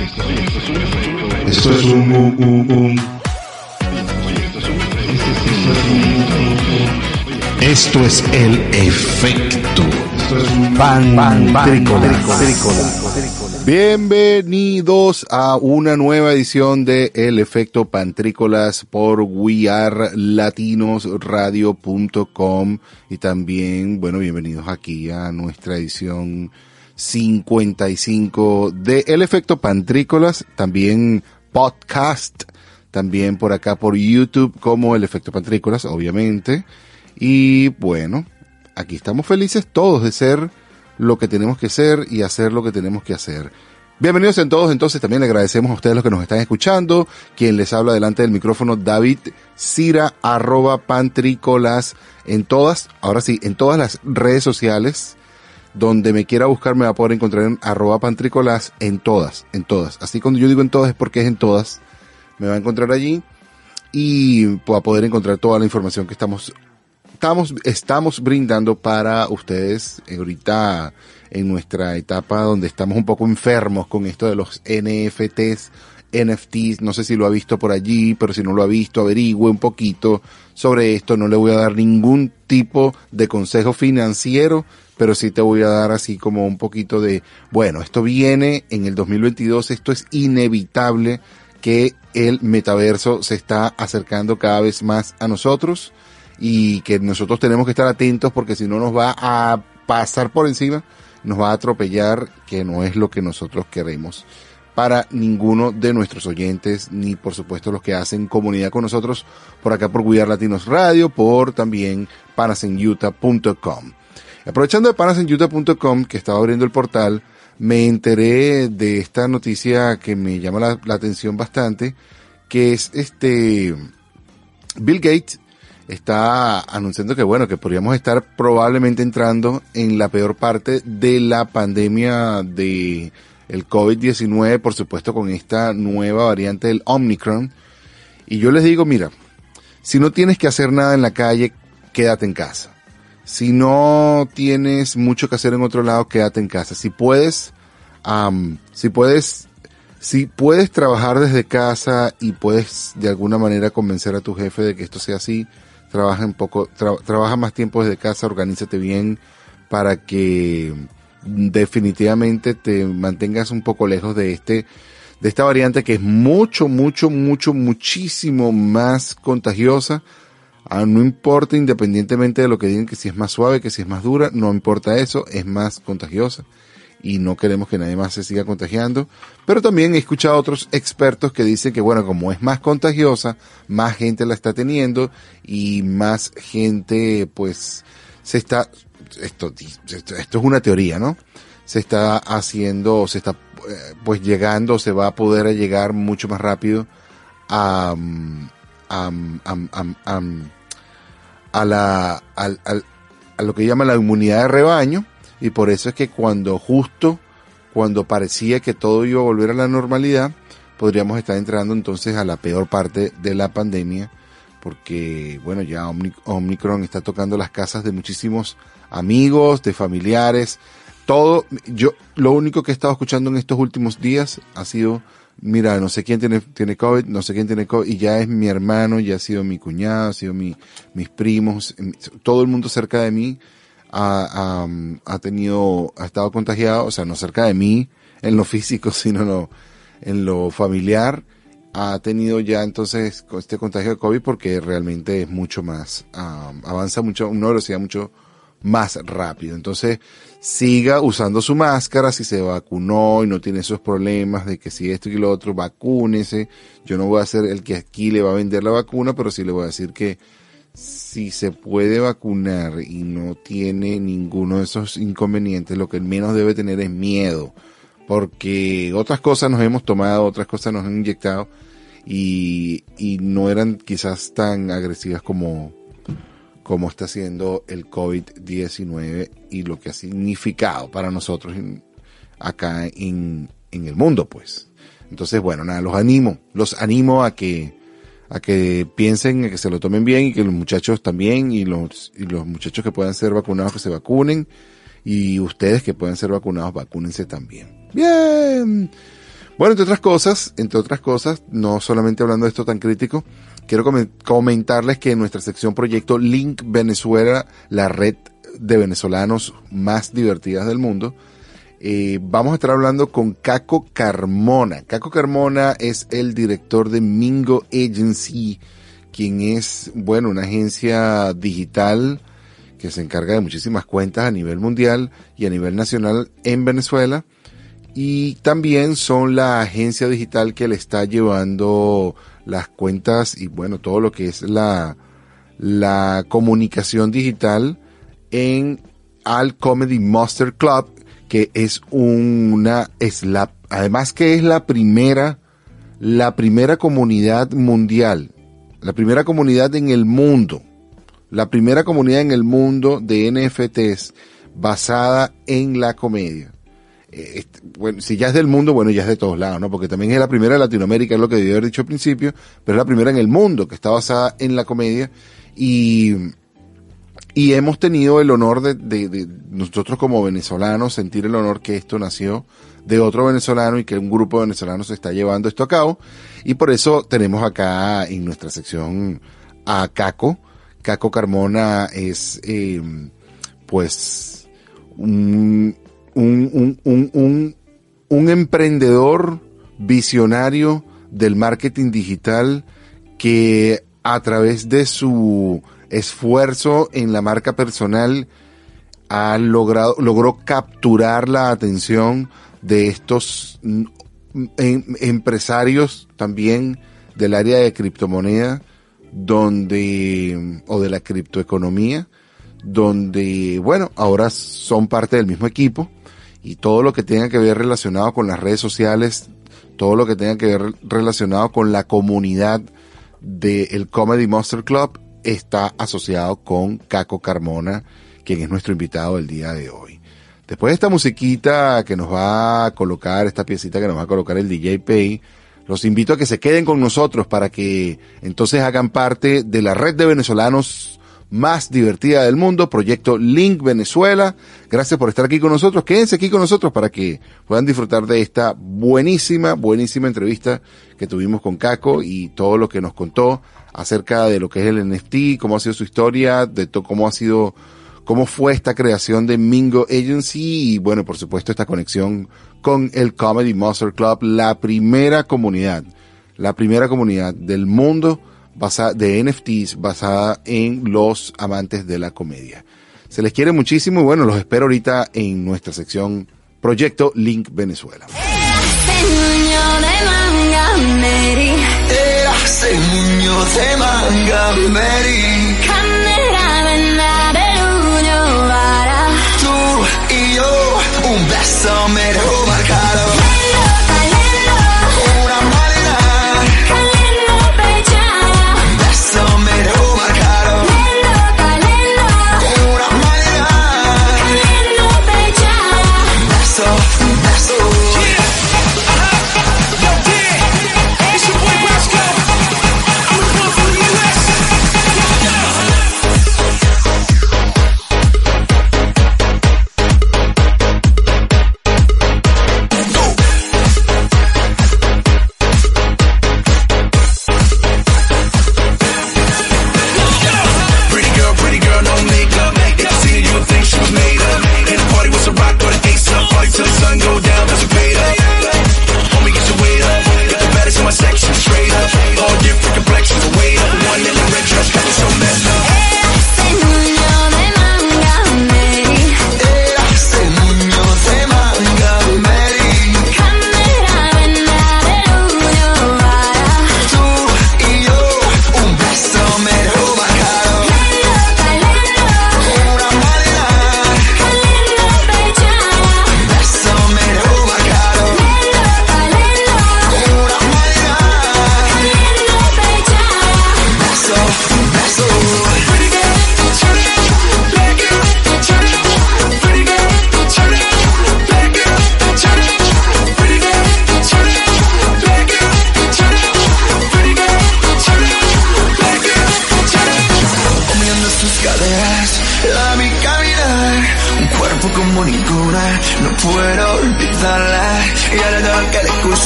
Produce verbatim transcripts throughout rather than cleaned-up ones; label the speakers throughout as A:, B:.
A: Esto es un, un, un, un. Esto es el efecto Pantrícolas.
B: Bienvenidos a una nueva edición de El Efecto Pantrícolas por we are latinos radio punto com y también, bueno, bienvenidos aquí a nuestra edición cincuenta y cinco de El Efecto Pantrícolas, también podcast, también por acá por YouTube como El Efecto Pantrícolas, obviamente. Y bueno, aquí estamos felices todos de ser lo que tenemos que ser y hacer lo que tenemos que hacer. Bienvenidos en todos, entonces también le agradecemos a ustedes los que nos están escuchando. Quien les habla delante del micrófono, David Cira, arroba Pantrícolas, en todas, ahora sí, en todas las redes sociales. Donde me quiera buscar me va a poder encontrar en arroba Pantrícolas, en todas, en todas. Así cuando yo digo en todas es porque es en todas. Me va a encontrar allí y va a poder encontrar toda la información que estamos Estamos, estamos brindando para ustedes ahorita en nuestra etapa donde estamos un poco enfermos con esto de los N F Ts, N F Ts, no sé si lo ha visto por allí, pero si no lo ha visto, averigüe un poquito sobre esto. No le voy a dar ningún tipo de consejo financiero, pero sí te voy a dar así como un poquito de, bueno, esto viene en el dos mil veintidós, esto es inevitable que el metaverso se está acercando cada vez más a nosotros. Y que nosotros tenemos que estar atentos porque si no nos va a pasar por encima, nos va a atropellar, que no es lo que nosotros queremos para ninguno de nuestros oyentes, ni por supuesto los que hacen comunidad con nosotros por acá por We Are Latinos Radio, por también panas en utah punto com. Aprovechando de panas en utah punto com, que estaba abriendo el portal, me enteré de esta noticia que me llama la, la atención bastante, que es este Bill Gates está anunciando que bueno, que podríamos estar probablemente entrando en la peor parte de la pandemia de el COVID diecinueve, por supuesto con esta nueva variante del Omicron. Y yo les digo, mira, si no tienes que hacer nada en la calle, quédate en casa. Si no tienes mucho que hacer en otro lado, quédate en casa. Si puedes, um, si puedes, si puedes trabajar desde casa y puedes de alguna manera convencer a tu jefe de que esto sea así, trabaja un poco, tra- trabaja más tiempo desde casa, organízate bien para que definitivamente te mantengas un poco lejos de este, de esta variante que es mucho, mucho, mucho, muchísimo más contagiosa. Ah, no importa, independientemente de lo que digan, que si es más suave, que si es más dura, no importa eso, es más contagiosa. Y no queremos que nadie más se siga contagiando. Pero también he escuchado a otros expertos que dicen que, bueno, como es más contagiosa, más gente la está teniendo y más gente, pues, se está, esto, esto, esto es una teoría, ¿no? Se está haciendo, se está, pues, llegando, se va a poder llegar mucho más rápido a, a, a, a, a, a la, a, a, a lo que llama la inmunidad de rebaño. Y por eso es que cuando justo, cuando parecía que todo iba a volver a la normalidad, podríamos estar entrando entonces a la peor parte de la pandemia, porque bueno, ya Omicron está tocando las casas de muchísimos amigos, de familiares, todo. Yo, lo único que he estado escuchando en estos últimos días ha sido, mira, no sé quién tiene, tiene COVID, no sé quién tiene COVID, y ya es mi hermano, ya ha sido mi cuñado, ha sido mi, mis primos, todo el mundo cerca de mí. Ha, ha, ha tenido, ha estado contagiado, o sea, no cerca de mí en lo físico, sino en lo, en lo familiar. Ha tenido ya entonces este contagio de COVID porque realmente es mucho más, um, avanza mucho, a una velocidad mucho más rápido. Entonces, siga usando su máscara. Si se vacunó y no tiene esos problemas de que si esto y lo otro, vacúnese. Yo no voy a ser el que aquí le va a vender la vacuna, pero sí le voy a decir que si se puede vacunar y no tiene ninguno de esos inconvenientes, lo que menos debe tener es miedo, porque otras cosas nos hemos tomado, otras cosas nos han inyectado y, y no eran quizás tan agresivas como, como está haciendo el COVID diecinueve y lo que ha significado para nosotros en, acá en, en el mundo, pues. Entonces, bueno, nada, los animo, los animo a que a que piensen, a que se lo tomen bien y que los muchachos también y los, y los muchachos que puedan ser vacunados que se vacunen y ustedes que puedan ser vacunados, vacúnense también. Bien. Bueno, entre otras cosas, entre otras cosas, no solamente hablando de esto tan crítico, quiero com- comentarles que en nuestra sección proyecto Link Venezuela, la red de venezolanos más divertidas del mundo, eh, vamos a estar hablando con Caco Carmona. Caco Carmona es el director de Mingo Agency, quien es, bueno, una agencia digital que se encarga de muchísimas cuentas a nivel mundial y a nivel nacional en Venezuela. Y también son la agencia digital que le está llevando las cuentas y, bueno, todo lo que es la, la comunicación digital en al Comedy Master Club, que es una, es la, además que es la primera, la primera comunidad mundial, la primera comunidad en el mundo, la primera comunidad en el mundo de N F Ts basada en la comedia. Eh, bueno, si ya es del mundo, bueno, ya es de todos lados, ¿no? Porque también es la primera de Latinoamérica, es lo que debí haber dicho al principio, pero es la primera en el mundo que está basada en la comedia y, y hemos tenido el honor de, de, de nosotros como venezolanos sentir el honor que esto nació de otro venezolano y que un grupo de venezolanos está llevando esto a cabo y por eso tenemos acá en nuestra sección a Caco. Caco Carmona es, eh, pues, un Un, un, un, un, un emprendedor visionario del marketing digital que a través de su esfuerzo en la marca personal ha logrado, logró capturar la atención de estos em, empresarios también del área de criptomoneda, donde, o de la criptoeconomía, donde, bueno, ahora son parte del mismo equipo. Y todo lo que tenga que ver relacionado con las redes sociales, todo lo que tenga que ver relacionado con la comunidad del Comedy Master Club está asociado con Caco Carmona, quien es nuestro invitado del día de hoy. Después de esta musiquita que nos va a colocar, esta piecita que nos va a colocar el D J Pay, los invito a que se queden con nosotros para que entonces hagan parte de la red de venezolanos más divertida del mundo, proyecto Link Venezuela. Gracias por estar aquí con nosotros. Quédense aquí con nosotros para que puedan disfrutar de esta buenísima, buenísima entrevista que tuvimos con Caco y todo lo que nos contó acerca de lo que es el N F T, cómo ha sido su historia, de to- cómo ha sido, cómo fue esta creación de Mingo Agency y, bueno, por supuesto, esta conexión con el Comedy Master Club, la primera comunidad, la primera comunidad del mundo basada, de N F Ts basada en los amantes de la comedia. Se les quiere muchísimo y bueno, los espero ahorita en nuestra sección Proyecto Link Venezuela.
C: Tú y yo, un beso me dejó marcado.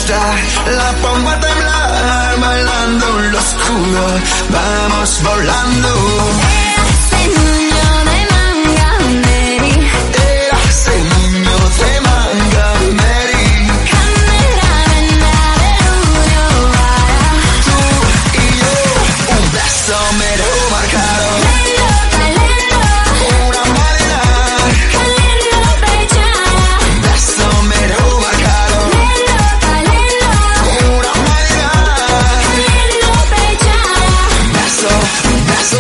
C: fiesta, la pongo a temblar, bailando en lo oscuro, vamos volando.
D: Ese niño de manga, Mary.
C: Era ese niño de manga, Mary.
D: Camerata de
C: Tú y yo, un beso mero marcado. Una marina, beso mero marcado. Una marina, beso, beso.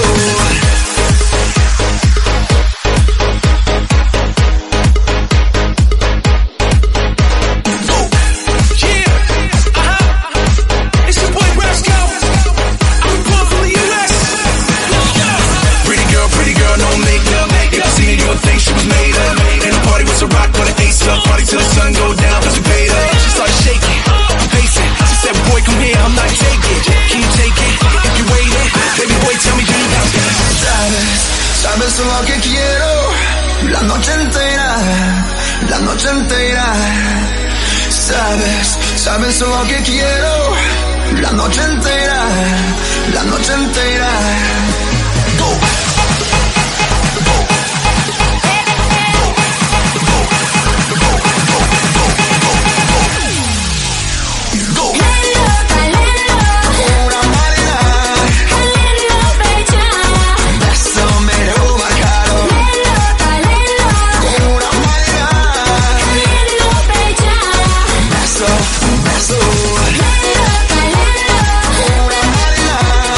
C: Pretty girl, pretty girl, no makeup. If you seen her, you would think she was made up. And the party was a rock with an ace up. Party till the sun go down, cause we paid up. She started shaking, pacing. She said, boy, come here, I'm not taking. Can you take it? If you waiting, baby boy, tell me, do you have it? Sabes, sabes lo que quiero. La noche entera, la noche entera. Sabes, sabes lo que quiero. La noche entera, la noche entera. Go. Una marina, beso mero marcado. Una marina, beso, beso. Una marina,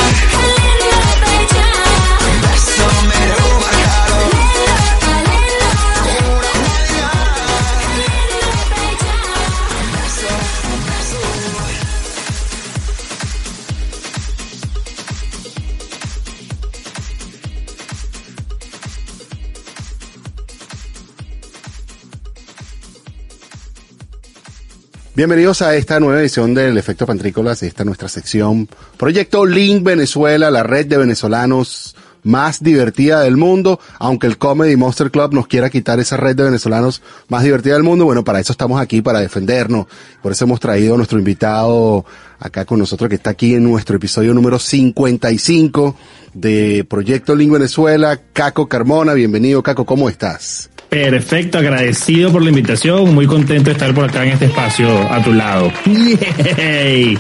C: beso mero marcado. Una marina, beso, beso.
B: Bienvenidos a esta nueva edición del Efecto Pantrícolas, esta nuestra sección Proyecto Link Venezuela, la red de venezolanos más divertida del mundo, aunque el Comedy Monster Club nos quiera quitar esa red de venezolanos más divertida del mundo. Bueno, para eso estamos aquí, para defendernos. Por eso hemos traído a nuestro invitado acá con nosotros, que está aquí en nuestro episodio número cincuenta y cinco de Proyecto Link Venezuela, Caco Carmona. Bienvenido, Caco, ¿cómo estás?
E: Perfecto, agradecido por la invitación, muy contento de estar por acá en este espacio a tu lado. ¡Yay!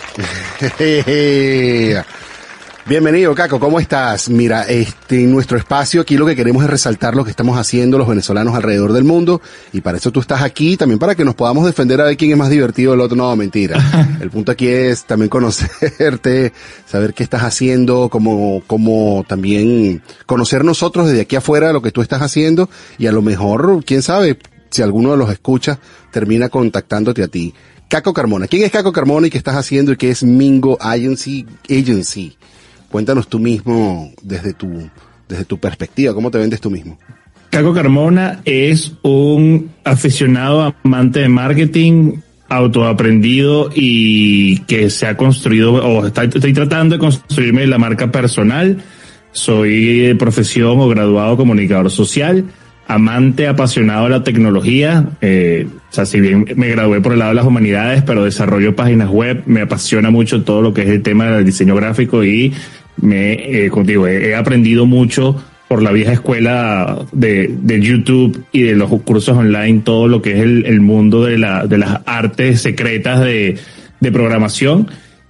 B: Bienvenido, Caco, ¿cómo estás? Mira, este, en nuestro espacio aquí lo que queremos es resaltar lo que estamos haciendo los venezolanos alrededor del mundo, y para eso tú estás aquí, también para que nos podamos defender a ver quién es más divertido del otro. No, mentira. El punto aquí es también conocerte, saber qué estás haciendo, como, como también conocer nosotros desde aquí afuera lo que tú estás haciendo, y a lo mejor, quién sabe, si alguno de los escuchas termina contactándote a ti. Caco Carmona, ¿quién es Caco Carmona y qué estás haciendo y qué es Mingo Agency? Agency. Cuéntanos tú mismo desde tu, desde tu perspectiva, ¿cómo te vendes tú mismo?
E: Caco Carmona es un aficionado amante de marketing, autoaprendido y que se ha construido, o está, estoy tratando de construirme la marca personal. Soy de profesión o graduado comunicador social, amante, apasionado de la tecnología. Eh, o sea, si bien me gradué por el lado de las humanidades, pero desarrollo páginas web, me apasiona mucho todo lo que es el tema del diseño gráfico y me, eh, contigo, he, he aprendido mucho por la vieja escuela de, de YouTube y de los cursos online, todo lo que es el, el mundo de la, de las artes secretas de, de programación.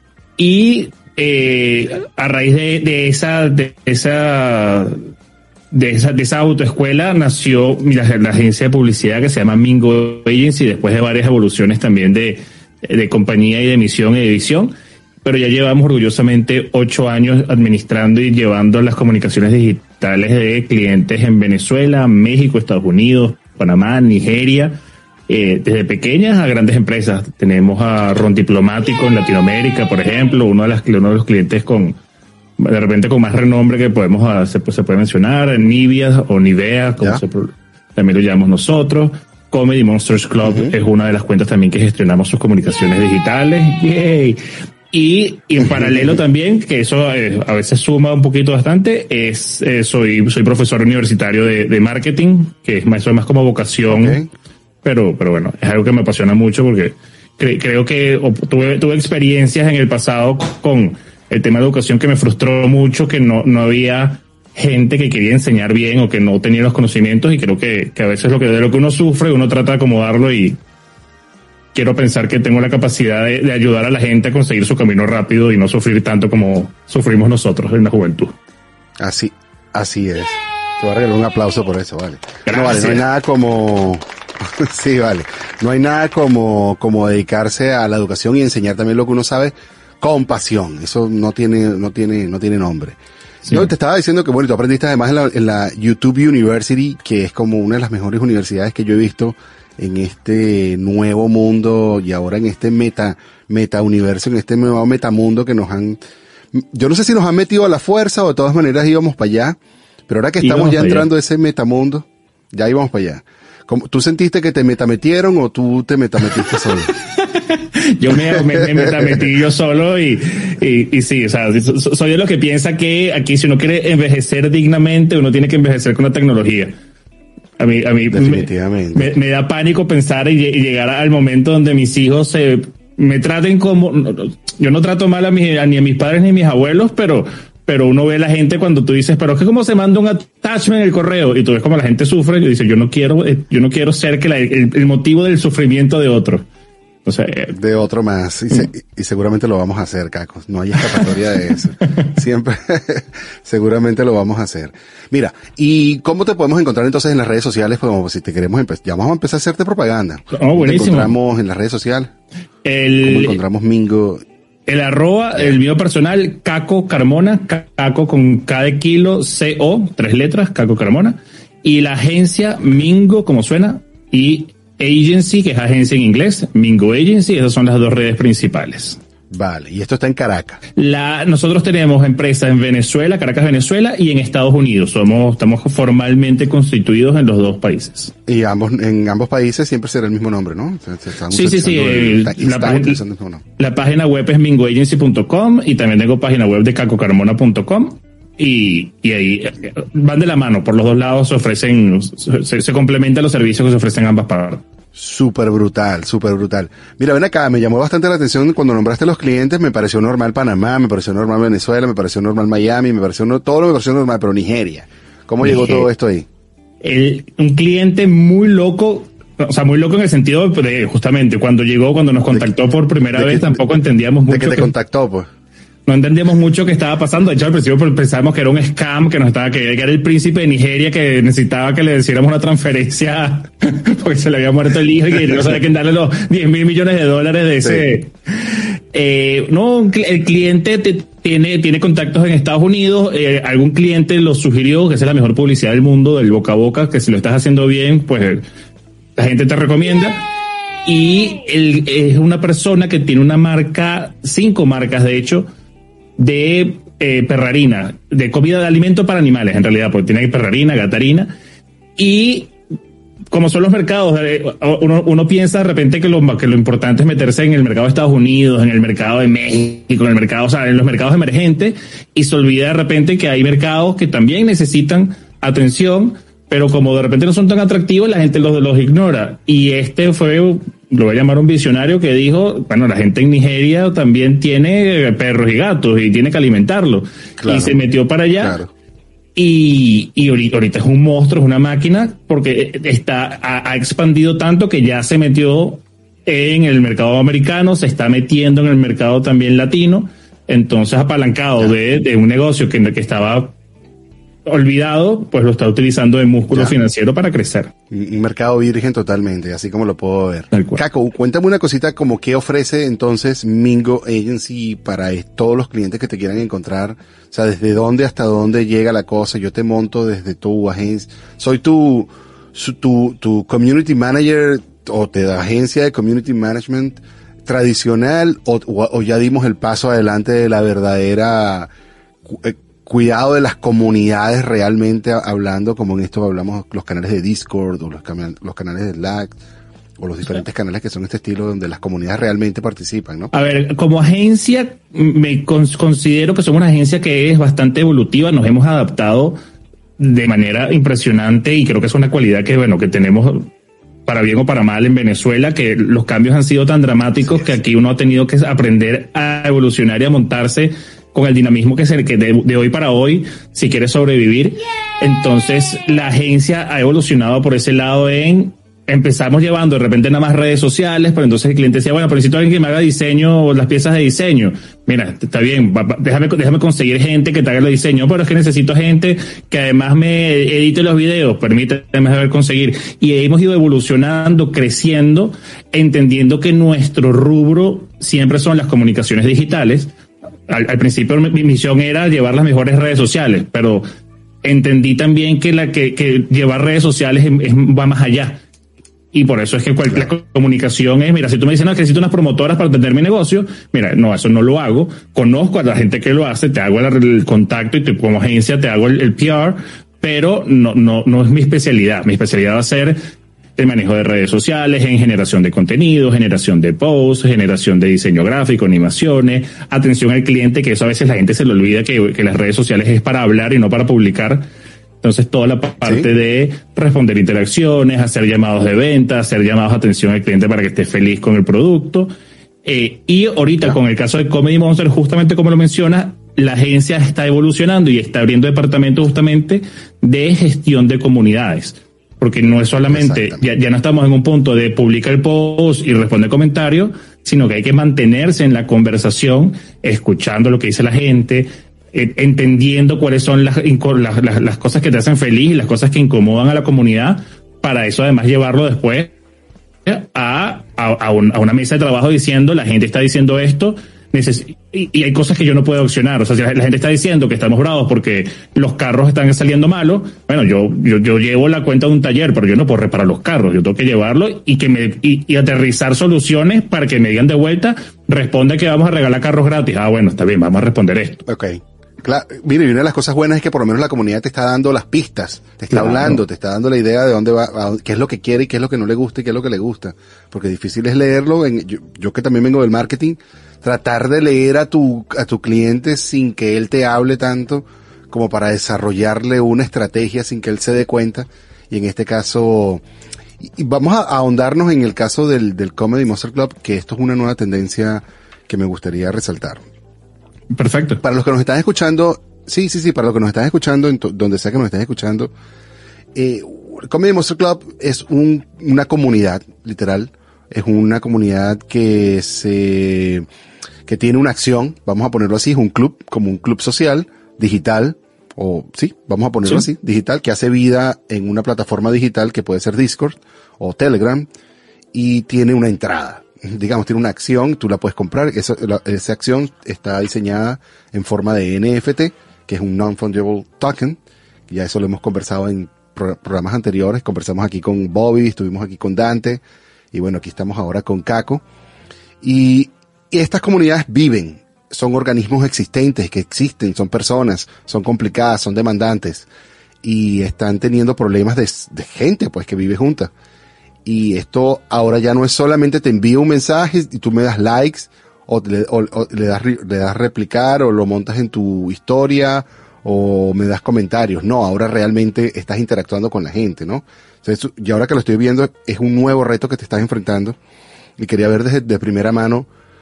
E: Y, eh, a raíz de, de esa, de esa, de esa, de esa autoescuela nació la, la agencia de publicidad que se llama Mingo Agency, después de varias evoluciones también de, de compañía y de emisión y edición. Pero ya llevamos orgullosamente ocho años administrando y llevando las comunicaciones digitales de clientes en Venezuela, México, Estados Unidos, Panamá, Nigeria, eh, desde pequeñas a grandes empresas. Tenemos a Ron Diplomático en Latinoamérica, por ejemplo, uno de, las, uno de los clientes con, de repente con más renombre que podemos hacer, pues, se puede mencionar, Nivea o Nivea, como se, también lo llamamos nosotros. Comedy Monsters Club uh-huh. es una de las cuentas también que gestionamos sus comunicaciones digitales. ¡Yay! Y, y en paralelo también, que eso eh, a veces suma un poquito bastante, es eh, soy soy profesor universitario de, de marketing, que es más, eso es más como vocación, okay. pero pero bueno, es algo que me apasiona mucho porque cre- creo que o, tuve, tuve experiencias en el pasado con el tema de educación que me frustró mucho, que no, no había gente que quería enseñar bien o que no tenía los conocimientos, y creo que, que a veces lo que, de lo que uno sufre, uno trata de acomodarlo, y quiero pensar que tengo la capacidad de, de ayudar a la gente a conseguir su camino rápido y no sufrir tanto como sufrimos nosotros en la juventud.
B: Así, así es. Te voy a regalar un aplauso por eso, vale.
E: Gracias.
B: No, vale, no hay nada como... sí, vale. No hay nada como, como dedicarse a la educación y enseñar también lo que uno sabe con pasión. Eso no tiene, no tiene, no tiene nombre.
E: Sí.
B: Yo te estaba diciendo que, bueno, tú aprendiste además en la, en la YouTube University, que es como una de las mejores universidades que yo he visto en este nuevo mundo y ahora en este meta, meta universo, en este nuevo metamundo que nos han, yo no sé si nos han metido a la fuerza o de todas maneras íbamos para allá, pero ahora que estamos
E: Íbamos
B: ya
E: para
B: entrando a ese metamundo, ya íbamos para allá. ¿Cómo, ¿Tú sentiste que te metametieron o tú te metametiste solo?
E: Yo me, me, me metametí yo solo y, y, y sí, o sea, so- soy de los que piensa que aquí si uno quiere envejecer dignamente, uno tiene que envejecer con la tecnología. A mí, a mí
B: Definitivamente.
E: Me, me da pánico pensar y, y llegar al momento donde mis hijos se me traten como, no, no, yo no trato mal a, mis, a ni a mis padres ni a mis abuelos, pero pero uno ve a la gente cuando tú dices, pero es que como se manda un attachment en el correo, y tú ves como la gente sufre y dice, yo no quiero, eh, yo no quiero ser que la, el, el motivo del sufrimiento de otro. O sea, eh,
B: De otro más. Y, se- y seguramente lo vamos a hacer, Cacos. No hay escapatoria de eso. Siempre, seguramente lo vamos a hacer. Mira, ¿y cómo te podemos encontrar entonces en las redes sociales? Pues como si te queremos empezar, ya vamos a empezar a hacerte propaganda.
E: Oh,
B: ¿Cómo te
E: buenísimo.
B: encontramos en las redes sociales? ¿Cómo
E: el,
B: encontramos Mingo?
E: el arroba, el mío personal, Caco Carmona, Caco con K de kilo, C O, tres letras, Caco Carmona, y la agencia Mingo, como suena, y Agency, que es agencia en inglés, Mingo Agency, esas son las dos redes principales.
B: Vale, y esto está en Caracas.
E: La, nosotros tenemos empresas en Venezuela, Caracas, Venezuela, y en Estados Unidos. Somos, estamos formalmente constituidos en los dos países.
B: Y ambos, en ambos países siempre será el mismo nombre, ¿no? Se- se están
E: Sí, sí, sí.
B: utilizando el-
E: el-
B: está-
E: la,
B: están
E: página,
B: utilizando el mismo nombre.
E: la página web es mingo agency punto com y también tengo página web de caco carmona punto com. Y, y ahí eh, van de la mano. Por los dos lados se ofrecen, se, se complementan los servicios que se ofrecen en ambas partes.
B: Súper brutal, súper brutal. Mira, ven acá, me llamó bastante la atención cuando nombraste a los clientes, me pareció normal Panamá, me pareció normal Venezuela, me pareció normal Miami, me pareció no, todo lo me pareció normal, pero Nigeria. ¿Cómo llegó
E: Nigeria.
B: todo esto ahí?
E: El, un cliente muy loco, o sea, muy loco en el sentido de justamente cuando llegó, cuando nos contactó por primera
B: de
E: vez,
B: que-
E: tampoco entendíamos
B: De
E: mucho.
B: que te
E: que-
B: contactó, pues.
E: no entendíamos mucho qué estaba pasando. De hecho, al principio pensábamos que era un scam, que nos estaba, que era el príncipe de Nigeria que necesitaba que le hiciéramos una transferencia porque se le había muerto el hijo y que no sabía quién darle los diez mil millones de dólares de ese.
B: Sí.
E: Eh, no, un cl- el cliente te- tiene, tiene contactos en Estados Unidos. Eh, algún cliente lo sugirió, que esa es la mejor publicidad del mundo, del boca a boca, que si lo estás haciendo bien, pues la gente te recomienda. Y él es una persona que tiene una marca, cinco marcas de hecho, de eh, perrarina, de comida de alimento para animales, en realidad, porque tiene perrarina, gatarina, y como son los mercados, eh, uno, uno piensa de repente que lo, que lo importante es meterse en el mercado de Estados Unidos, en el mercado de México, en el mercado, o sea, en los mercados emergentes, y se olvida de repente que hay mercados que también necesitan atención, pero como de repente no son tan atractivos, la gente los, los ignora. Y este fue, lo voy a llamar un visionario que dijo, bueno, la gente en Nigeria también tiene perros y gatos y tiene que alimentarlos.
B: Claro,
E: y se metió para allá.
B: claro.
E: Y, y ahorita, ahorita es un monstruo, es una máquina, porque está, ha, ha expandido tanto que ya se metió en el mercado americano, se está metiendo en el mercado también latino. Entonces, apalancado de, de un negocio que, que estaba olvidado, pues lo está utilizando de músculo
B: Ya.
E: financiero para crecer.
B: Un un mercado virgen totalmente, así como lo puedo ver.
E: Tal cual.
B: Caco, cuéntame una cosita como qué ofrece entonces Mingo Agency para es- todos los clientes que te quieran encontrar. O sea, desde dónde hasta dónde llega la cosa. Yo te monto desde tu agencia. Soy tu, su- tu, tu community manager o te da agencia de community management tradicional o, o, o ya dimos el paso adelante de la verdadera cu- eh, cuidado de las comunidades realmente a- hablando, como en esto hablamos los canales de Discord o los, cama- los canales de Slack o los diferentes canales que son este estilo donde las comunidades realmente participan, ¿no?
E: A ver, como agencia, me cons- considero que somos una agencia que es bastante evolutiva, nos hemos adaptado de manera impresionante y creo que es una cualidad que, bueno, que tenemos para bien o para mal en Venezuela, que los cambios han sido tan dramáticos que aquí uno ha tenido que aprender a evolucionar y a montarse con el dinamismo que es el que de, de hoy para hoy, si quiere sobrevivir. Entonces, la agencia ha evolucionado por ese lado en empezamos llevando de repente nada más redes sociales, pero entonces el cliente decía, bueno, pero necesito a alguien que me haga diseño o las piezas de diseño. Mira, está bien, va, va, déjame, déjame conseguir gente que te haga el diseño, pero es que necesito gente que además me edite los videos, permíteme saber conseguir. Y hemos ido evolucionando, creciendo, entendiendo que nuestro rubro siempre son las comunicaciones digitales. Al, al principio mi misión era llevar las mejores redes sociales, pero entendí también que la que, que llevar redes sociales es, es, va más allá. Y por eso es que cualquier claro. comunicación es, mira, si tú me dices, no, que necesito unas promotoras para atender mi negocio, mira, no, eso no lo hago. Conozco a la gente que lo hace, te hago el, el contacto y te, como agencia te hago el, el P R, pero no, no, no es mi especialidad. Mi especialidad va a ser el manejo de redes sociales, en generación de contenido, generación de posts, generación de diseño gráfico, animaciones, atención al cliente, que eso a veces la gente se le olvida que, que las redes sociales es para hablar y no para publicar. Entonces, toda la parte ¿Sí? de responder interacciones, hacer llamados de venta, hacer llamados de atención al cliente para que esté feliz con el producto. Eh, y ahorita, claro. con el caso de Comedy Monster, justamente como lo mencionas, la agencia está evolucionando y está abriendo departamentos justamente de gestión de comunidades. Porque no es solamente, ya, ya no estamos en un punto de publicar el post y responder comentarios, sino que hay que mantenerse en la conversación, escuchando lo que dice la gente, entendiendo cuáles son las, las, las, las cosas que te hacen feliz y las cosas que incomodan a la comunidad, para eso además llevarlo después a, a, a, un, a una mesa de trabajo diciendo, la gente está diciendo esto, neces- y, y hay cosas que yo no puedo accionar. O sea, si la, la gente está diciendo que estamos bravos porque los carros están saliendo malos, bueno, yo, yo, yo llevo la cuenta de un taller, pero yo no puedo reparar los carros, yo tengo que llevarlo y que me, y, y aterrizar soluciones para que me digan de vuelta, responde que vamos a regalar carros gratis. Ah, bueno, está bien, vamos a responder esto.
B: Okay. Claro, mire, y una de las cosas buenas es que por lo menos la comunidad te está dando las pistas, te está claro. hablando, te está dando la idea de dónde va, a, qué es lo que quiere y qué es lo que no le gusta y qué es lo que le gusta. Porque difícil es leerlo, en, yo, yo que también vengo del marketing, tratar de leer a tu, a tu cliente sin que él te hable tanto, como para desarrollarle una estrategia sin que él se dé cuenta. Y en este caso, y, y vamos a, a ahondarnos en el caso del, del Comedy Monster Club, que esto es una nueva tendencia que me gustaría resaltar.
E: Perfecto.
B: Para los que nos están escuchando, sí, sí, sí, para los que nos están escuchando, en to, donde sea que nos estén escuchando, eh, Comedy Monster Club es un, una comunidad, literal, es una comunidad que se, que tiene una acción, vamos a ponerlo así, es un club, como un club social, digital, o sí, vamos a ponerlo sí. así, digital, que hace vida en una plataforma digital que puede ser Discord o Telegram, y tiene una entrada. Digamos, tiene una acción, tú la puedes comprar, esa, la, esa acción está diseñada en forma de N F T, que es un Non-Fungible Token, ya eso lo hemos conversado en pro, programas anteriores, conversamos aquí con Bobby, estuvimos aquí con Dante, y bueno, aquí estamos ahora con Caco, y, y estas comunidades viven, son organismos existentes, que existen, son personas, son complicadas, son demandantes, y están teniendo problemas de, de gente, pues, que vive junta. Y esto ahora ya no es solamente te envío un mensaje y tú me das likes o, le, o, o le das le das replicar o lo montas en tu historia o me das comentarios. No, ahora realmente estás interactuando con la gente, ¿no? Entonces, y ahora que lo estoy viendo es un nuevo reto que te estás enfrentando y quería ver desde de primera mano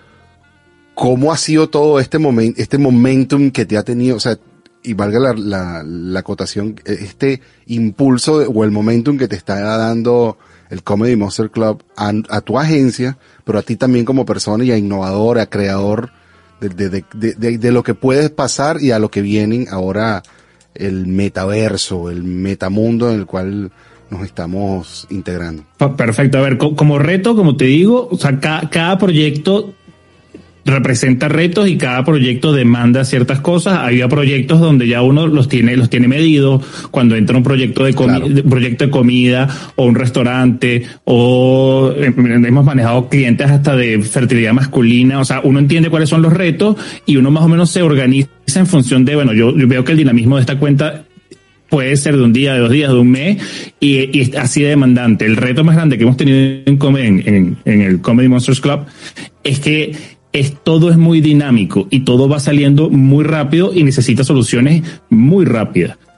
B: cómo ha sido todo este momento, este momentum que te ha tenido, o sea, y valga la, la, la acotación, este impulso de, o el momentum que te está dando el Comedy Monster Club a, a tu agencia, pero a ti también como persona y a innovador, a creador de, de, de, de, de, de lo que puede pasar y a lo que vienen ahora el metaverso, el metamundo en el cual nos estamos integrando.
E: Perfecto. A ver, como reto, como te digo, o sea, cada, cada proyecto representa retos y cada proyecto demanda ciertas cosas. Había proyectos donde ya uno los tiene, los tiene medidos. Cuando entra un proyecto de, comi- claro. de proyecto de comida o un restaurante o eh, hemos manejado clientes hasta de fertilidad masculina. O sea, uno entiende cuáles son los retos y uno más o menos se organiza en función de, bueno, yo, yo veo que el dinamismo de esta cuenta puede ser de un día, de dos días, de un mes, y, y es así de demandante. El reto más grande que hemos tenido en, en, en, en el Comedy Monsters Club es que es todo es muy dinámico y todo va saliendo muy rápido y necesita soluciones muy rápidas.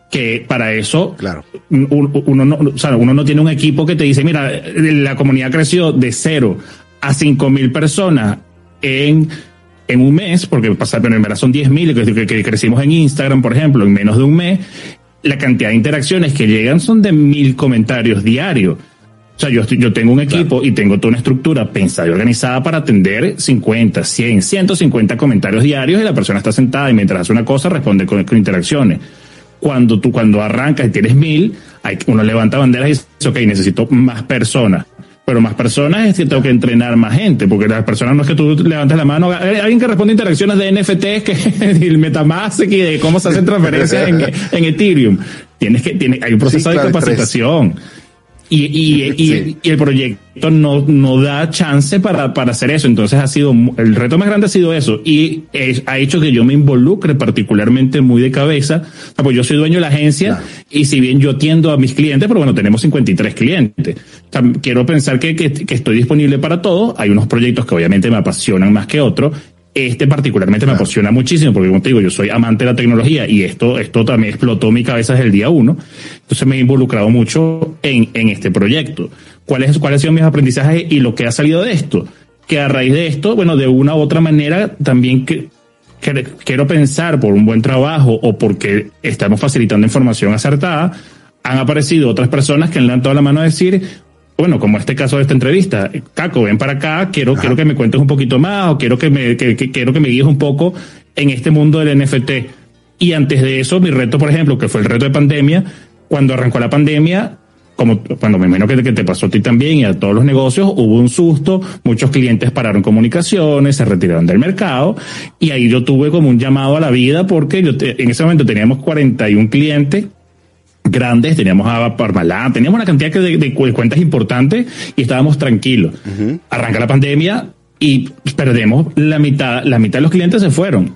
E: que para eso
B: Claro.
E: uno, uno, no, o sea, uno no tiene un equipo que te dice, mira, la comunidad creció de cero a cinco mil personas en, en un mes, porque pasa, pero en verdad son diez mil que, que, que crecimos en Instagram, por ejemplo, en menos de un mes. La cantidad de interacciones que llegan son de mil comentarios diarios. O sea, yo, estoy, yo tengo un equipo, claro, y tengo toda una estructura pensada y organizada para atender cincuenta, cien, ciento cincuenta comentarios diarios y la persona está sentada y mientras hace una cosa responde con, con interacciones. Cuando tú, cuando arrancas y tienes mil, hay, uno levanta banderas y dice, ok, necesito más personas. Pero más personas es que tengo que entrenar más gente, porque las personas no es que tú levantes la mano, hay alguien que responde interacciones de N F Ts, que el Metamask y de cómo se hacen transferencias en, en Ethereum. Tienes que, tiene, hay un proceso, sí, claro, de capacitación. Y, y, y, sí, y el proyecto no, no da chance para, para hacer eso. Entonces ha sido, el reto más grande ha sido eso. Y es, ha hecho que yo me involucre particularmente muy de cabeza. Pues yo soy dueño de la agencia, claro, y si bien yo atiendo a mis clientes, pero bueno, tenemos cincuenta y tres clientes. O sea, quiero pensar que, que, que estoy disponible para todo. Hay unos proyectos que obviamente me apasionan más que otros. Este particularmente, claro, me apasiona muchísimo porque, como te digo, yo soy amante de la tecnología y esto, esto también explotó mi cabeza desde el día uno. Entonces me he involucrado mucho en, en este proyecto. ¿Cuáles, cuáles han sido mis aprendizajes y lo que ha salido de esto? Que a raíz de esto, bueno, de una u otra manera también que, que quiero pensar por un buen trabajo o porque estamos facilitando información acertada, han aparecido otras personas que han levantado la mano a decir, bueno, como este caso de esta entrevista, Caco, ven para acá, quiero, Ajá. quiero que me cuentes un poquito más, o quiero que me, que, que, quiero que me guíes un poco en este mundo del N F T. Y antes de eso, mi reto, por ejemplo, que fue el reto de pandemia, cuando arrancó la pandemia, como cuando me imagino que, que te pasó a ti también y a todos los negocios, hubo un susto, muchos clientes pararon comunicaciones, se retiraron del mercado, y ahí yo tuve como un llamado a la vida, porque yo te, en ese momento teníamos cuarenta y un clientes grandes, teníamos a Parmalat, teníamos una cantidad de, de cuentas importantes y estábamos tranquilos. Uh-huh. Arranca la pandemia y perdemos la mitad, la mitad de los clientes se fueron.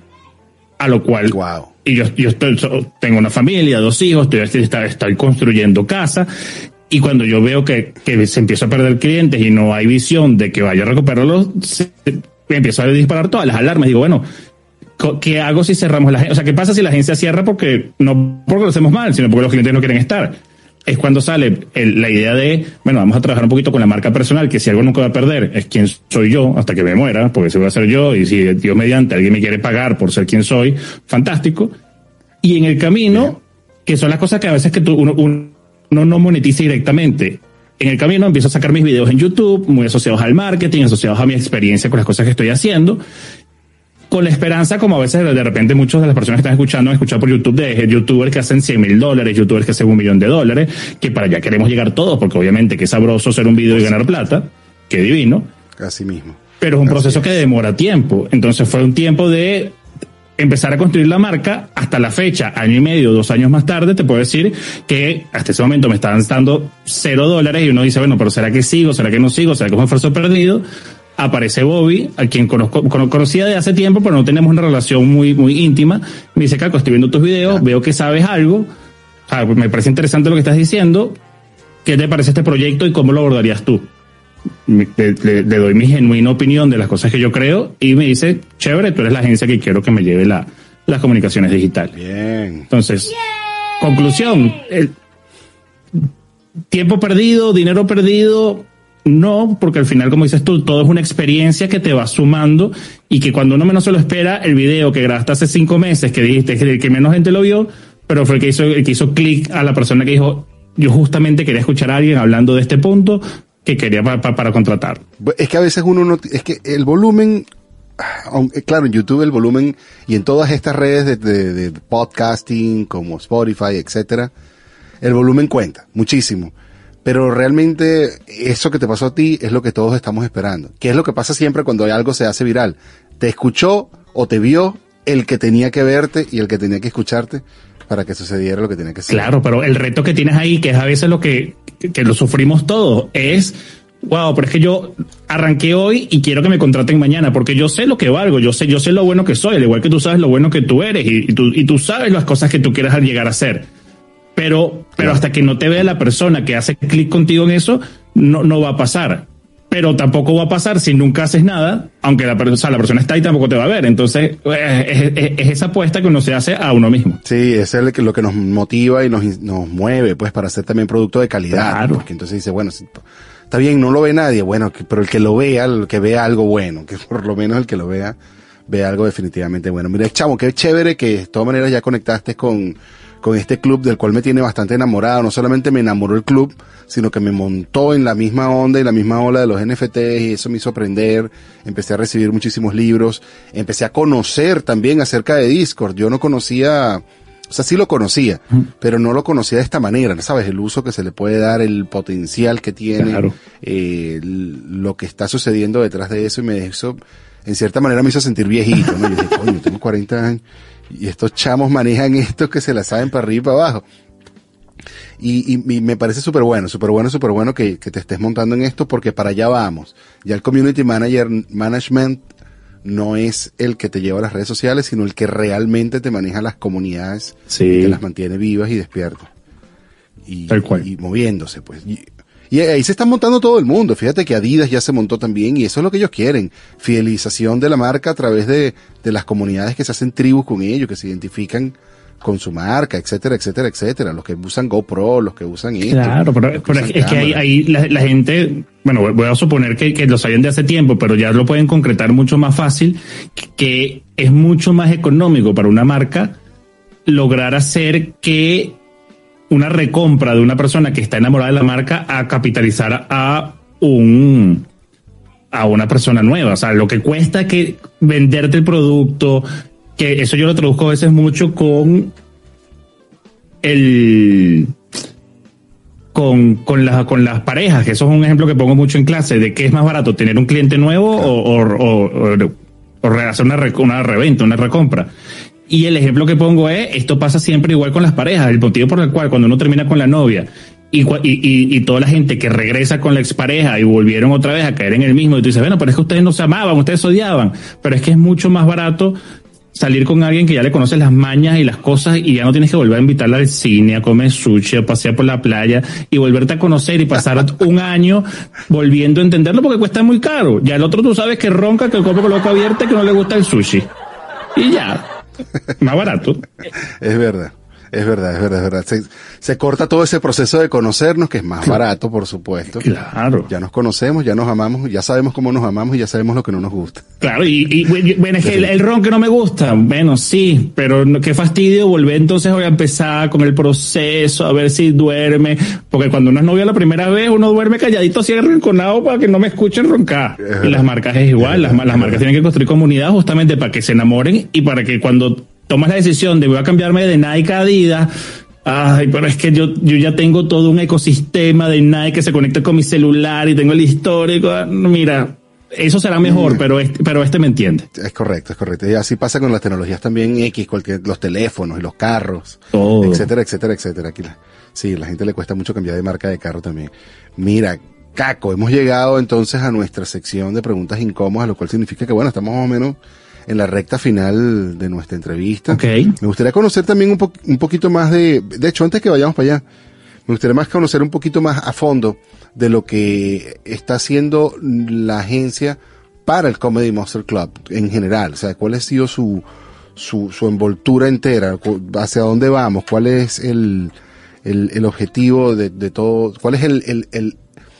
E: A lo cual, wow. y yo, yo estoy, tengo una familia, dos hijos, estoy, estoy, estoy construyendo casa, y cuando yo veo que, que se empieza a perder clientes y no hay visión de que vaya a recuperarlos, se, me empiezo a disparar todas las alarmas. Digo, bueno, ¿qué hago si cerramos la agencia? O sea, ¿qué pasa si la agencia cierra? Porque no porque lo hacemos mal, sino porque los clientes no quieren estar. Es cuando sale el, la idea de, bueno, vamos a trabajar un poquito con la marca personal, que si algo nunca va a perder es quién soy yo hasta que me muera, porque si voy a ser yo, y si Dios mediante alguien me quiere pagar por ser quien soy, fantástico. Y en el camino, yeah. que son las cosas que a veces que tú, uno, uno no monetiza directamente. En el camino empiezo a sacar mis videos en YouTube, muy asociados al marketing, asociados a mi experiencia con las cosas que estoy haciendo, con la esperanza, como a veces de repente muchas de las personas que están escuchando han escuchado por YouTube de youtubers que hacen cien mil dólares, youtubers que hacen un millón de dólares, que para allá queremos llegar todos, porque obviamente que es sabroso hacer un video y ganar plata, qué divino.
B: Así mismo.
E: Pero es un
B: Así
E: proceso
B: es.
E: que demora tiempo. Entonces fue un tiempo de empezar a construir la marca. Hasta la fecha, año y medio, dos años más tarde, te puedo decir que hasta ese momento me estaban dando cero dólares y uno dice, bueno, pero ¿será que sigo? ¿Será que no sigo? ¿Será que es un esfuerzo perdido? Aparece Bobby, a quien conozco, conocía de hace tiempo, pero no tenemos una relación muy, muy íntima. Me dice, Caco, estoy viendo tus videos, claro. veo que sabes algo. O sea, me parece interesante lo que estás diciendo. ¿Qué te parece este proyecto y cómo lo abordarías tú? Le, le, le doy mi genuina opinión de las cosas que yo creo y me dice, chévere, tú eres la agencia que quiero que me lleve la, las comunicaciones digitales.
B: Bien.
E: Entonces, Bien. conclusión, el tiempo perdido, dinero perdido, no, porque al final, como dices tú, todo es una experiencia que te va sumando y que cuando uno menos se lo espera, el video que grabaste hace cinco meses, que dijiste que, que menos gente lo vio, pero fue el que hizo, el que hizo clic a la persona que dijo, yo justamente quería escuchar a alguien hablando de este punto que quería para, para, para contratar.
B: Es que a veces uno no, es que el volumen, aunque, claro, en YouTube el volumen y en todas estas redes de, de, de podcasting como Spotify, etcétera, el volumen cuenta muchísimo. Pero realmente eso que te pasó a ti es lo que todos estamos esperando. ¿Qué es lo que pasa siempre cuando algo se hace viral? Te escuchó o te vio el que tenía que verte y el que tenía que escucharte para que sucediera lo que tenía que suceder.
E: Claro, pero el reto que tienes ahí, que es a veces lo que, que lo sufrimos todos, es, wow, pero es que yo arranqué hoy y quiero que me contraten mañana, porque yo sé lo que valgo, yo sé, yo sé lo bueno que soy, al igual que tú sabes lo bueno que tú eres y, y, tú, y tú sabes las cosas que tú quieras llegar a hacer. Pero, pero hasta que no te vea la persona que hace clic contigo en eso, no, no va a pasar. pero tampoco va a pasar si nunca haces nada, aunque la, o sea, la persona está ahí, tampoco te va a ver. Entonces, eh, es, es, es esa apuesta que uno se hace a uno mismo.
B: Sí, es el, lo que nos motiva y nos, nos mueve, pues, para hacer también producto de calidad.
E: Claro.
B: Porque entonces dice, bueno, si, está bien, no lo ve nadie, bueno, que, pero el que lo vea, el que vea algo bueno, que por lo menos el que lo vea, vea algo definitivamente bueno. Mira, chamo, qué chévere que de todas maneras ya conectaste con, con este club del cual me tiene bastante enamorado. No solamente me enamoró el club, sino que me montó en la misma onda y la misma ola de los N F Ts, y eso me hizo aprender. Empecé a recibir muchísimos libros, empecé a conocer también acerca de Discord. Yo no conocía, o sea, sí lo conocía, uh-huh. pero no lo conocía de esta manera, ¿sabes? El uso que se le puede dar, el potencial que tiene,
E: claro.
B: eh, lo que está sucediendo detrás de eso, y me hizo, en cierta manera me hizo sentir viejito, ¿no? Yo dije, coño, tengo cuarenta años y estos chamos manejan esto que se la saben para arriba y para abajo. Y, y, y me parece súper bueno, súper bueno, súper bueno que, que te estés montando en esto, porque para allá vamos. Ya el Community Manager Management no es el que te lleva a las redes sociales, sino el que realmente te maneja las comunidades,
E: sí.
B: y te las mantiene vivas y despiertas. Y,
E: Tal cual.
B: y, y moviéndose, pues. Y, y ahí se está montando todo el mundo. Fíjate que Adidas ya se montó también, y eso es lo que ellos quieren. Fidelización de la marca a través de, de las comunidades que se hacen tribus con ellos, que se identifican con su marca, etcétera, etcétera, etcétera. Los que usan GoPro, los que usan esto.
E: Claro, pero, pero es, es que ahí, ahí la, la gente, bueno, voy a suponer que, que lo saben de hace tiempo, pero ya lo pueden concretar mucho más fácil, que es mucho más económico para una marca lograr hacer que una recompra de una persona que está enamorada de la marca a capitalizar a un a una persona nueva. O sea, lo que cuesta que venderte el producto, que eso yo lo traduzco a veces mucho con el con, con, las, con las parejas, que eso es un ejemplo que pongo mucho en clase, de que es más barato tener un cliente nuevo o, o, o, o, o hacer una, re, una reventa, una recompra. Y el ejemplo que pongo es, esto pasa siempre igual con las parejas, el motivo por el cual cuando uno termina con la novia y, y, y, y toda la gente que regresa con la expareja y volvieron otra vez a caer en el mismo, y tú dices, bueno, pero es que ustedes no se amaban, ustedes se odiaban, pero es que es mucho más barato salir con alguien que ya le conoces las mañas y las cosas, y ya no tienes que volver a invitarla al cine, a comer sushi, a pasear por la playa y volverte a conocer y pasar un año volviendo a entenderlo, porque cuesta muy caro. Ya el otro tú sabes que ronca, que come con la boca abierta, que no le gusta el sushi. Y ya, más barato.
B: Es verdad. Es verdad, es verdad, es verdad. Se, se corta todo ese proceso de conocernos, que es más barato, por supuesto.
E: Claro.
B: Ya nos conocemos, ya nos amamos, ya sabemos cómo nos amamos y ya sabemos lo que no nos gusta.
E: Claro, y, y bueno, es que el, el ron que no me gusta, bueno, sí, pero qué fastidio volver entonces hoy a empezar con el proceso, a ver si duerme, porque cuando uno es novia la primera vez, uno duerme calladito, así arrinconado para que no me escuchen roncar. Y las marcas es igual, es las, las marcas tienen que construir comunidad justamente para que se enamoren y para que cuando tomas la decisión de voy a cambiarme de Nike a Adidas, ay, pero es que yo, yo ya tengo todo un ecosistema de Nike que se conecta con mi celular y tengo el histórico. Mira, eso será mejor, mm. pero este, pero este me entiende.
B: Es correcto, es correcto. Y así pasa con las tecnologías también X, cualquier, los teléfonos y los carros,
E: todo.
B: etcétera, etcétera, etcétera. Aquí la, sí, la gente le cuesta mucho cambiar de marca de carro también. Mira, Caco, hemos llegado entonces a nuestra sección de preguntas incómodas, lo cual significa que, bueno, estamos más o menos en la recta final de nuestra entrevista.
E: Okay.
B: Me gustaría conocer también un, po- un poquito más de, de hecho, antes que vayamos para allá, me gustaría más conocer un poquito más a fondo de lo que está haciendo la agencia para el Comedy Monster Club en general. O sea, cuál ha sido su, su, su envoltura entera, hacia dónde vamos, cuál es el, el, el objetivo de, de todo, cuál es el, el, el,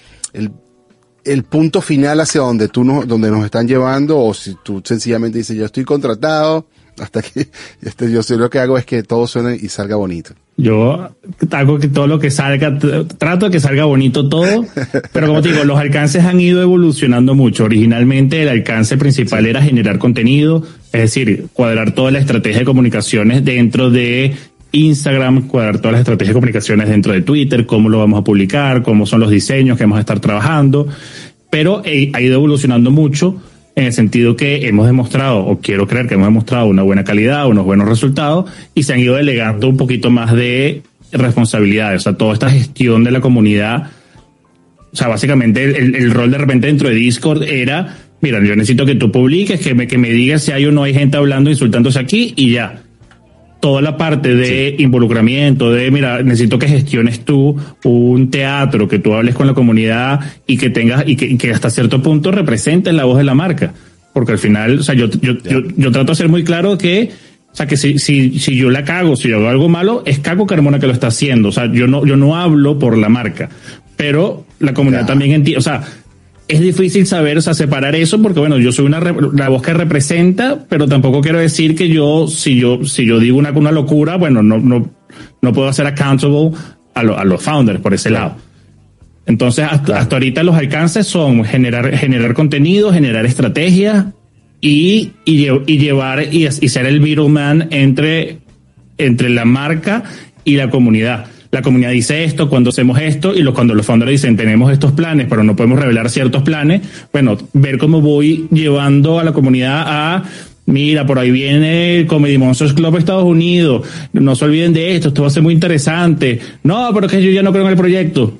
B: el el punto final hacia donde tú nos, donde nos están llevando, o si tú sencillamente dices, yo estoy contratado, hasta que, este, yo sé lo que hago es que todo suene y salga bonito.
E: Yo hago que todo lo que salga, trato de que salga bonito todo, pero como te digo, los alcances han ido evolucionando mucho. Originalmente el alcance principal sí. era generar contenido, es decir, cuadrar toda la estrategia de comunicaciones dentro de Instagram, cuadrar todas las estrategias de comunicaciones dentro de Twitter, cómo lo vamos a publicar, cómo son los diseños que vamos a estar trabajando, pero eh, ha ido evolucionando mucho en el sentido que hemos demostrado, o quiero creer que hemos demostrado una buena calidad, unos buenos resultados, y se han ido delegando un poquito más de responsabilidades, o sea, toda esta gestión de la comunidad. O sea, básicamente el, el rol de repente dentro de Discord era, mira, yo necesito que tú publiques, que me, que me digas si hay o no hay gente hablando, insultándose aquí, y ya. toda la parte de sí. involucramiento, de, mira, necesito que gestiones tú un teatro, que tú hables con la comunidad y que tengas, y que, y que hasta cierto punto representes la voz de la marca. Porque al final, o sea, yo, yo, yo, yo trato de ser muy claro que, o sea, que si, si, si yo la cago, si yo hago algo malo, es Caco Carmona que lo está haciendo. O sea, yo no, yo no hablo por la marca, pero la comunidad ya. también entiende, o sea, es difícil saber, o sea, separar eso porque, bueno, yo soy una la voz que representa, pero tampoco quiero decir que yo, si yo, si yo digo una, una locura, bueno, no, no, no puedo hacer accountable a, lo, a los founders por ese claro. lado. Entonces, hasta, claro. hasta ahorita los alcances son generar, generar contenido, generar estrategias y, y, y llevar y, y ser el middleman entre, entre la marca y la comunidad. La comunidad dice esto, cuando hacemos esto, y los, cuando los founders dicen tenemos estos planes, pero no podemos revelar ciertos planes, bueno, ver cómo voy llevando a la comunidad a, mira, por ahí viene el Comedy Monsters Club de Estados Unidos, no se olviden de esto, esto va a ser muy interesante. No, pero es que yo ya no creo en el proyecto.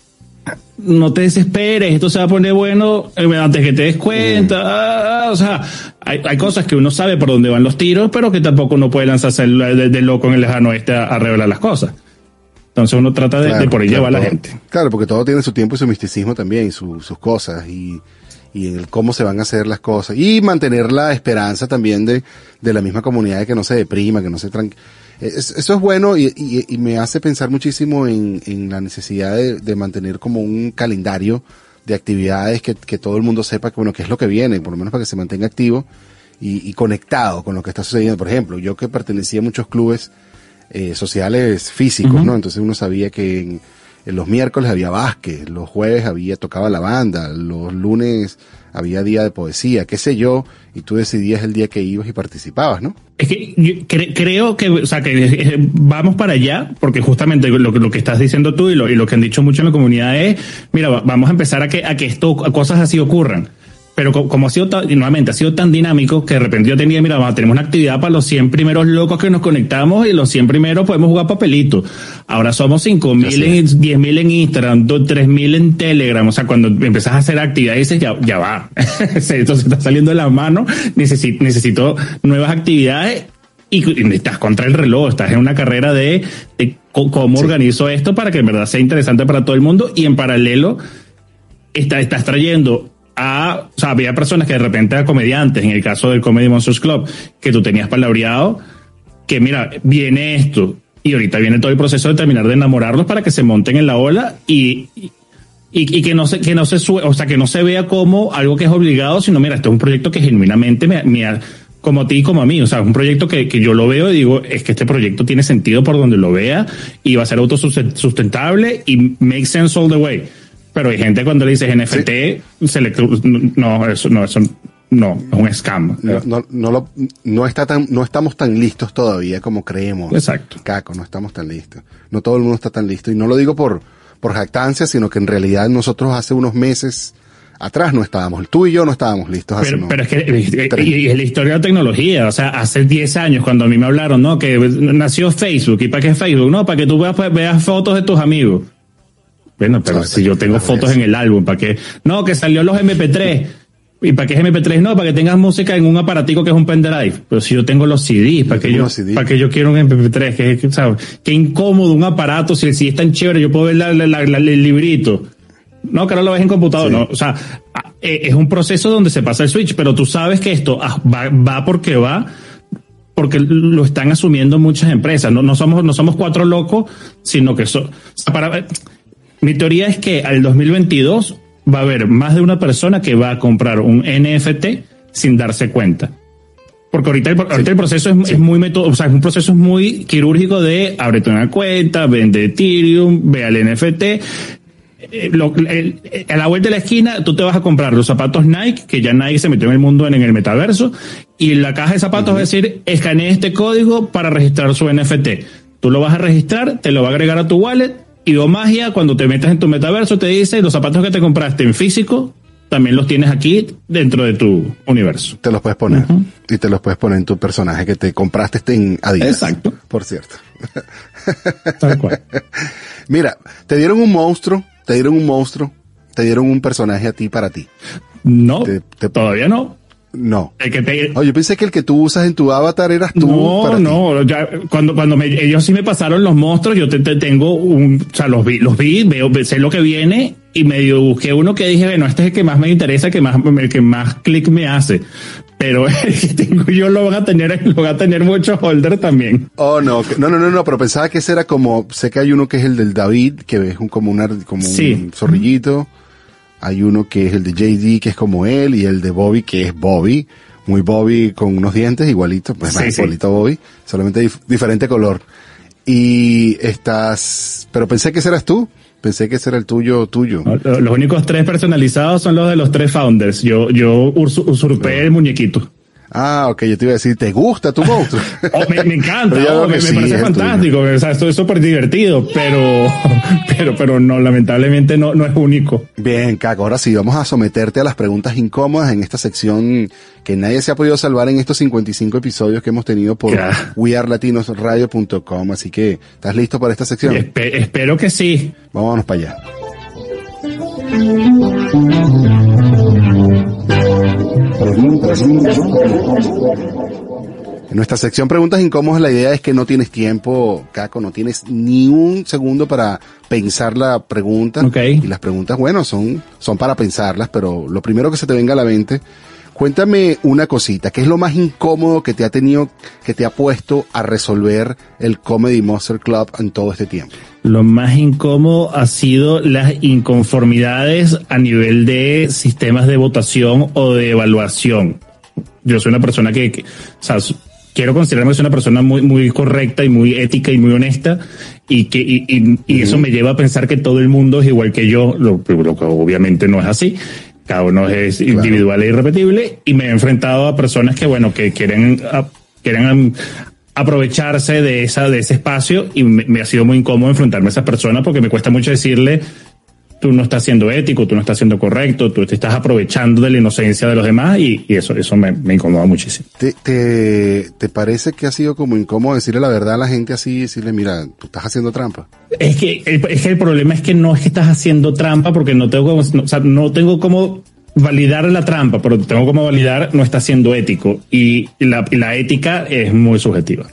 E: No te desesperes, esto se va a poner bueno antes que te des cuenta. Mm. Ah, o sea, hay, hay cosas que uno sabe por dónde van los tiros, pero que tampoco uno puede lanzarse de, de loco en el lejano oeste a, a revelar las cosas. Entonces uno trata de, claro, de por ahí claro, llevar a la gente.
B: Claro, porque todo tiene su tiempo y su misticismo también, y su, sus cosas, y, y el cómo se van a hacer las cosas. Y mantener la esperanza también de, de la misma comunidad de que no se deprima, que no se tranqui... Es, eso es bueno y, y, y me hace pensar muchísimo en, en la necesidad de, de mantener como un calendario de actividades que, que todo el mundo sepa que, bueno, qué es lo que viene, por lo menos para que se mantenga activo y, y conectado con lo que está sucediendo. Por ejemplo, yo que pertenecía a muchos clubes Eh, sociales físicos, uh-huh. ¿no? Entonces uno sabía que en, en los miércoles había básquet, los jueves había, tocaba la banda, los lunes había día de poesía, qué sé yo, y tú decidías el día que ibas y participabas, ¿no?
E: Es que yo cre- creo que, o sea, que eh, vamos para allá, porque justamente lo, lo que estás diciendo tú y lo, y lo que han dicho mucho en la comunidad es, mira, vamos a empezar a que, a que esto, a cosas así ocurran. Pero como ha sido tan, nuevamente ha sido tan dinámico que de repente yo tenía, mira, vamos, tenemos una actividad para los cien primeros locos que nos conectamos y los cien primeros podemos jugar papelito. Ahora somos cinco mil, en, diez mil en Instagram, tres mil en Telegram. O sea, cuando empezás a hacer actividades dices, ya, ya va. Esto se está saliendo de las manos. Necesito, necesito nuevas actividades y, y estás contra el reloj. Estás en una carrera de, de cómo sí. organizo esto para que en verdad sea interesante para todo el mundo y en paralelo está, estás trayendo a, o sea, había personas que de repente eran comediantes, en el caso del Comedy Monsters Club, que tú tenías palabreado, que mira, viene esto, y ahorita viene todo el proceso de terminar de enamorarlos para que se monten en la ola y, y, y que no se, que no se sue, o sea, que no se vea como algo que es obligado, sino mira, esto es un proyecto que genuinamente me, me como a ti y como a mí, o sea, es un proyecto que, que yo lo veo y digo, es que este proyecto tiene sentido por donde lo vea y va a ser autosustentable y make sense all the way. Pero hay gente cuando le dices N F T, sí. se le, no, eso no, eso no, es un scam.
B: No, no, no, lo, no está tan, no estamos tan listos todavía como creemos.
E: Exacto.
B: Caco, no estamos tan listos. No todo el mundo está tan listo. Y no lo digo por, por jactancia, sino que en realidad nosotros hace unos meses atrás no estábamos, tú y yo no estábamos listos.
E: Pero,
B: hace
E: pero es que, y es la historia de la tecnología, o sea, hace diez años cuando a mí me hablaron, ¿no? Que nació Facebook. ¿Y para qué Facebook? No, para que tú veas, veas fotos de tus amigos. Bueno, pero no, si yo tengo fotos en el álbum, ¿para qué? No, que salió los eme pe tres. ¿Y para qué es eme pe tres? No, para que tengas música en un aparatico que es un pendrive. Pero si yo tengo los C Ds, ¿para qué yo, ¿para qué yo quiero un eme pe tres? ¿Qué, ¿sabes? Qué incómodo un aparato, si el C D es tan chévere, yo puedo ver la, la, la, la, el librito. No, que ahora lo ves en computador, sí. No. O sea, es un proceso donde se pasa el switch, pero tú sabes que esto va, va porque va, porque lo están asumiendo muchas empresas. No, no somos, no somos cuatro locos, sino que so, o sea, para, mi teoría es que al dos mil veintidós va a haber más de una persona que va a comprar un N F T sin darse cuenta. Porque ahorita el, ahorita sí. el proceso es, sí. es muy método, o sea, es un proceso muy quirúrgico de ábrete una cuenta, vende Ethereum, ve al N F T. Eh, lo, el, el, a la vuelta de la esquina tú te vas a comprar los zapatos Nike, que ya Nike se metió en el mundo en, en el metaverso, y en la caja de zapatos uh-huh. va a decir, escanee este código para registrar su N F T. Tú lo vas a registrar, te lo va a agregar a tu wallet, y o magia, cuando te metas en tu metaverso te dice, los zapatos que te compraste en físico también los tienes aquí dentro de tu universo.
B: Te los puedes poner. Uh-huh. Y te los puedes poner en tu personaje que te compraste en Adidas.
E: Exacto.
B: Por cierto.
E: Tal cual.
B: Mira, te dieron un monstruo, te dieron un monstruo, te dieron un personaje a ti para ti.
E: No,
B: te, te...
E: todavía no.
B: No.
E: El que te,
B: Oh, yo pensé que el que tú usas en tu avatar eras tú.
E: no,
B: para ti.
E: no, ya, cuando, cuando me, ellos sí me pasaron los monstruos, yo te, te tengo un, o sea, los vi, los vi, veo, sé lo que viene y medio busqué uno que dije, bueno, este es el que más me interesa, que más, el que más clic me hace. Pero el que tengo yo lo van a tener, lo van a tener muchos holders también.
B: Oh, no, que- no, no, no, no, pero pensaba que ese era como, sé que hay uno que es el del David, que es un, como, una, como
E: Sí.
B: un zorrillito. Hay uno que es el de J D, que es como él, y el de Bobby, que es Bobby. Muy Bobby con unos dientes igualitos, pues
E: Sí,
B: más
E: sí.
B: igualito a Bobby, solamente dif- diferente color. Y estás, pero pensé que ese eras tú, pensé que ese era el tuyo, tuyo.
E: ¿No? Los únicos tres personalizados son los de los tres founders. Yo, yo ursu- usurpé el muñequito.
B: Ah, ok, yo te iba a decir, ¿te gusta tu monstruo?
E: Oh, me, me encanta,
B: Pero ya
E: oh,
B: veo
E: me,
B: que
E: me
B: sí,
E: parece
B: es el
E: fantástico, o sea, esto es súper divertido, pero, pero, pero no, lamentablemente no, no es único.
B: Bien, Caco, ahora sí, vamos a someterte a las preguntas incómodas en esta sección que nadie se ha podido salvar en estos cincuenta y cinco episodios que hemos tenido por
E: Ya.
B: we are latinos radio punto com. Así que, ¿estás listo para esta sección?
E: Espe- espero que sí.
B: Vámonos para allá. En nuestra sección Preguntas Incómodas, la idea es que no tienes tiempo, Caco, no tienes ni un segundo para pensar la pregunta.
E: Ok.
B: Y las preguntas, bueno, son, son para pensarlas, pero lo primero que se te venga a la mente, cuéntame una cosita, ¿qué es lo más incómodo que te ha tenido, que te ha puesto a resolver el Comedy Monster Club en todo este tiempo?
E: Lo más incómodo ha sido las inconformidades a nivel de sistemas de votación o de evaluación. Yo soy una persona que, que o sea, s- quiero considerarme que soy una persona muy, muy correcta y muy ética y muy honesta, y que, y, y, y eso me lleva a pensar que todo el mundo es igual que yo, lo, lo que obviamente no es así. Cada uno es individual e irrepetible, y me he enfrentado a personas que, bueno, que quieren, a- quieren um, aprovecharse de esa, de ese espacio, y me, me ha sido muy incómodo enfrentarme a esa persona porque me cuesta mucho decirle, tú no estás siendo ético, tú no estás siendo correcto, tú te estás aprovechando de la inocencia de los demás, y, y eso, eso me, me incomoda muchísimo.
B: ¿Te, te, ¿Te parece que ha sido como incómodo decirle la verdad a la gente así, decirle, mira, tú estás haciendo trampa?
E: Es que, el, es que el problema es que no es que estás haciendo trampa, porque no tengo como, no, o sea, no tengo cómo validar la trampa, pero tengo como validar no está siendo ético, y la, y la ética es muy subjetiva.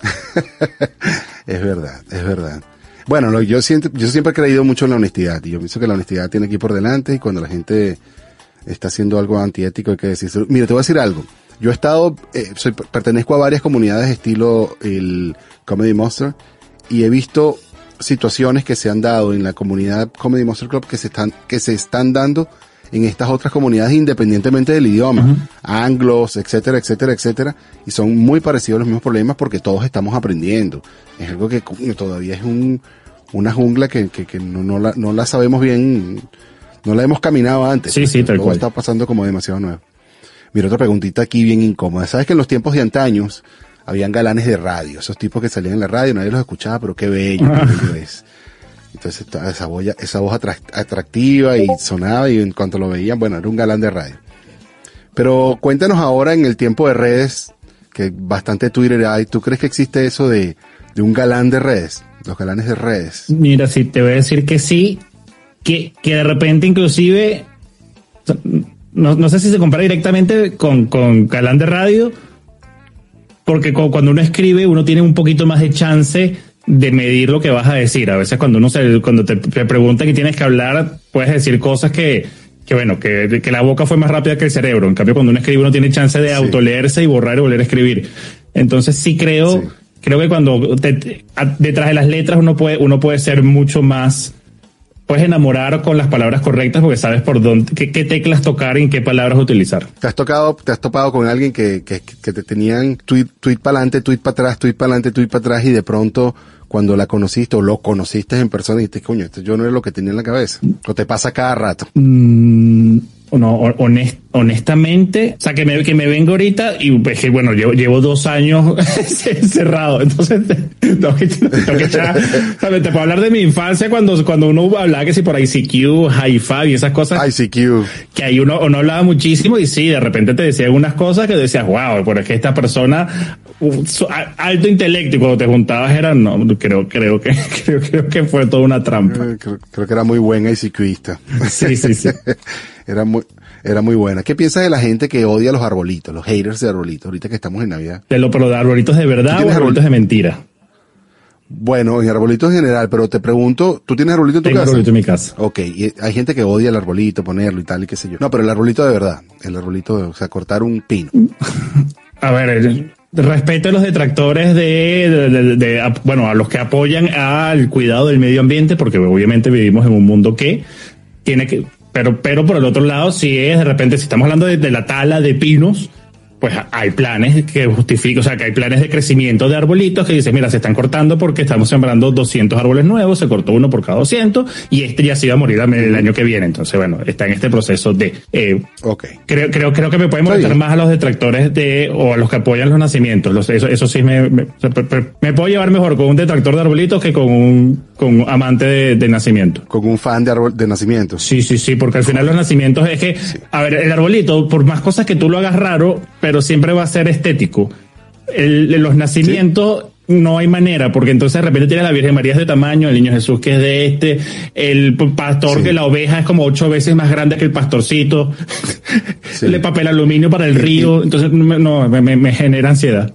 B: Es verdad, es verdad. Bueno, lo- yo, siento, yo siempre he creído mucho en la honestidad, y yo pienso que la honestidad tiene que ir por delante, y cuando la gente está haciendo algo antiético hay que decir, mira, te voy a decir algo. Yo he estado, eh, soy, pertenezco a varias comunidades estilo el Comedy Monster, y he visto situaciones que se han dado en la comunidad Comedy Monster Club que se están, que se están dando en estas otras comunidades independientemente del idioma, uh-huh. anglos, etcétera, etcétera, etcétera, y son muy parecidos los mismos problemas porque todos estamos aprendiendo. Es algo que coño, todavía es un, una jungla que, que, que no, no, la, no la sabemos bien, no la hemos caminado antes.
E: Sí, sí, tal
B: todo
E: cual.
B: está pasando como demasiado nuevo. Mira, otra preguntita aquí bien incómoda. ¿Sabes que en los tiempos de antaños habían galanes de radio? Esos tipos que salían en la radio, nadie los escuchaba, pero qué bello, qué bello es. Entonces esa voz, esa voz atractiva y sonaba, y en cuanto lo veían, bueno, era un galán de radio. Pero cuéntanos ahora en el tiempo de redes, que bastante Twitter hay, ¿tú crees que existe eso de, de un galán de redes? Los galanes de redes.
E: Mira, sí, te voy a decir que sí, que, que de repente inclusive, no, no sé si se compara directamente con, con galán de radio, porque cuando uno escribe uno tiene un poquito más de chance de medir lo que vas a decir. A veces cuando uno se, cuando te, te pregunta que tienes que hablar, puedes decir cosas que, que bueno, que, que la boca fue más rápida que el cerebro. En cambio, cuando uno escribe, uno tiene chance de sí. autoleerse y borrar y volver a escribir. Entonces sí creo, sí. creo que cuando te, te, a, detrás de las letras uno puede, uno puede ser mucho más, puedes enamorar con las palabras correctas porque sabes por dónde, qué, qué teclas tocar y en qué palabras utilizar.
B: ¿Te has tocado, te has topado con alguien que, que, que te tenían tweet, tweet para adelante, tweet para atrás, tweet para adelante, tweet para atrás, y de pronto cuando la conociste o lo conociste en persona dijiste, coño, esto yo no era lo que tenía en la cabeza? ¿O te pasa cada rato?
E: Mm, no, honest, honestamente, o sea, que me, que me vengo ahorita y pues que bueno, llevo, llevo dos años encerrado, entonces tengo que, tengo que echar, ¿sabes? Te puedo hablar de mi infancia cuando, cuando uno hablaba que si por I C Q, High Five y esas cosas.
B: I C Q.
E: Que ahí uno, uno hablaba muchísimo y sí, de repente te decía algunas cosas que decías, wow, pero es que esta persona, uh, alto intelecto, y cuando te juntabas era, no, creo, creo que, creo, creo que fue toda una trampa.
B: Eh, creo, creo que era muy buen ICQista.
E: Sí, sí, sí.
B: Era muy, Era muy buena. ¿Qué piensas de la gente que odia los arbolitos, los haters de arbolitos, ahorita que estamos en Navidad?
E: De lo, pero de arbolitos de verdad o
B: tienes
E: arbolitos de mentira.
B: Bueno, en arbolitos en general, pero te pregunto, ¿tú tienes arbolito en tu
E: Tengo
B: casa?
E: arbolito en mi casa.
B: Ok, y hay gente que odia el arbolito, ponerlo y tal y qué sé yo. No, pero el arbolito de verdad, el arbolito, de, o sea, cortar un pino.
E: A ver, eh, respeto a los detractores de, de, de, de- de- a- bueno, a los que apoyan al cuidado del medio ambiente, porque obviamente vivimos en un mundo que tiene que, pero, pero por el otro lado, si es de repente, si estamos hablando de, de la tala de pinos, pues hay planes que justifican, o sea, que hay planes de crecimiento de arbolitos que dicen, mira, se están cortando porque estamos sembrando doscientos árboles nuevos, se cortó uno por cada doscientos y este ya se iba a morir el año que viene. Entonces, bueno, está en este proceso de... Eh,
B: Ok.
E: Creo, creo, creo que me pueden
B: Está
E: molestar
B: bien.
E: más a los detractores de, o a los que apoyan los nacimientos. Los, eso, eso sí me, me, o sea, pe- pe- me puedo llevar mejor con un detractor de arbolitos que con un, con un amante de, de nacimiento.
B: Con un fan de árbol de nacimiento.
E: Sí, sí, sí, porque al final los nacimientos es que, a ver, el arbolito, por más cosas que tú lo hagas raro, pero siempre va a ser estético. El, los nacimientos no hay manera, porque entonces de repente tiene la Virgen María es de tamaño, el Niño Jesús que es de este, el pastor
B: Sí.
E: que la oveja es como ocho veces más grande que el pastorcito,
B: Sí.
E: el papel aluminio para el río, entonces no, no, me, me, me genera ansiedad.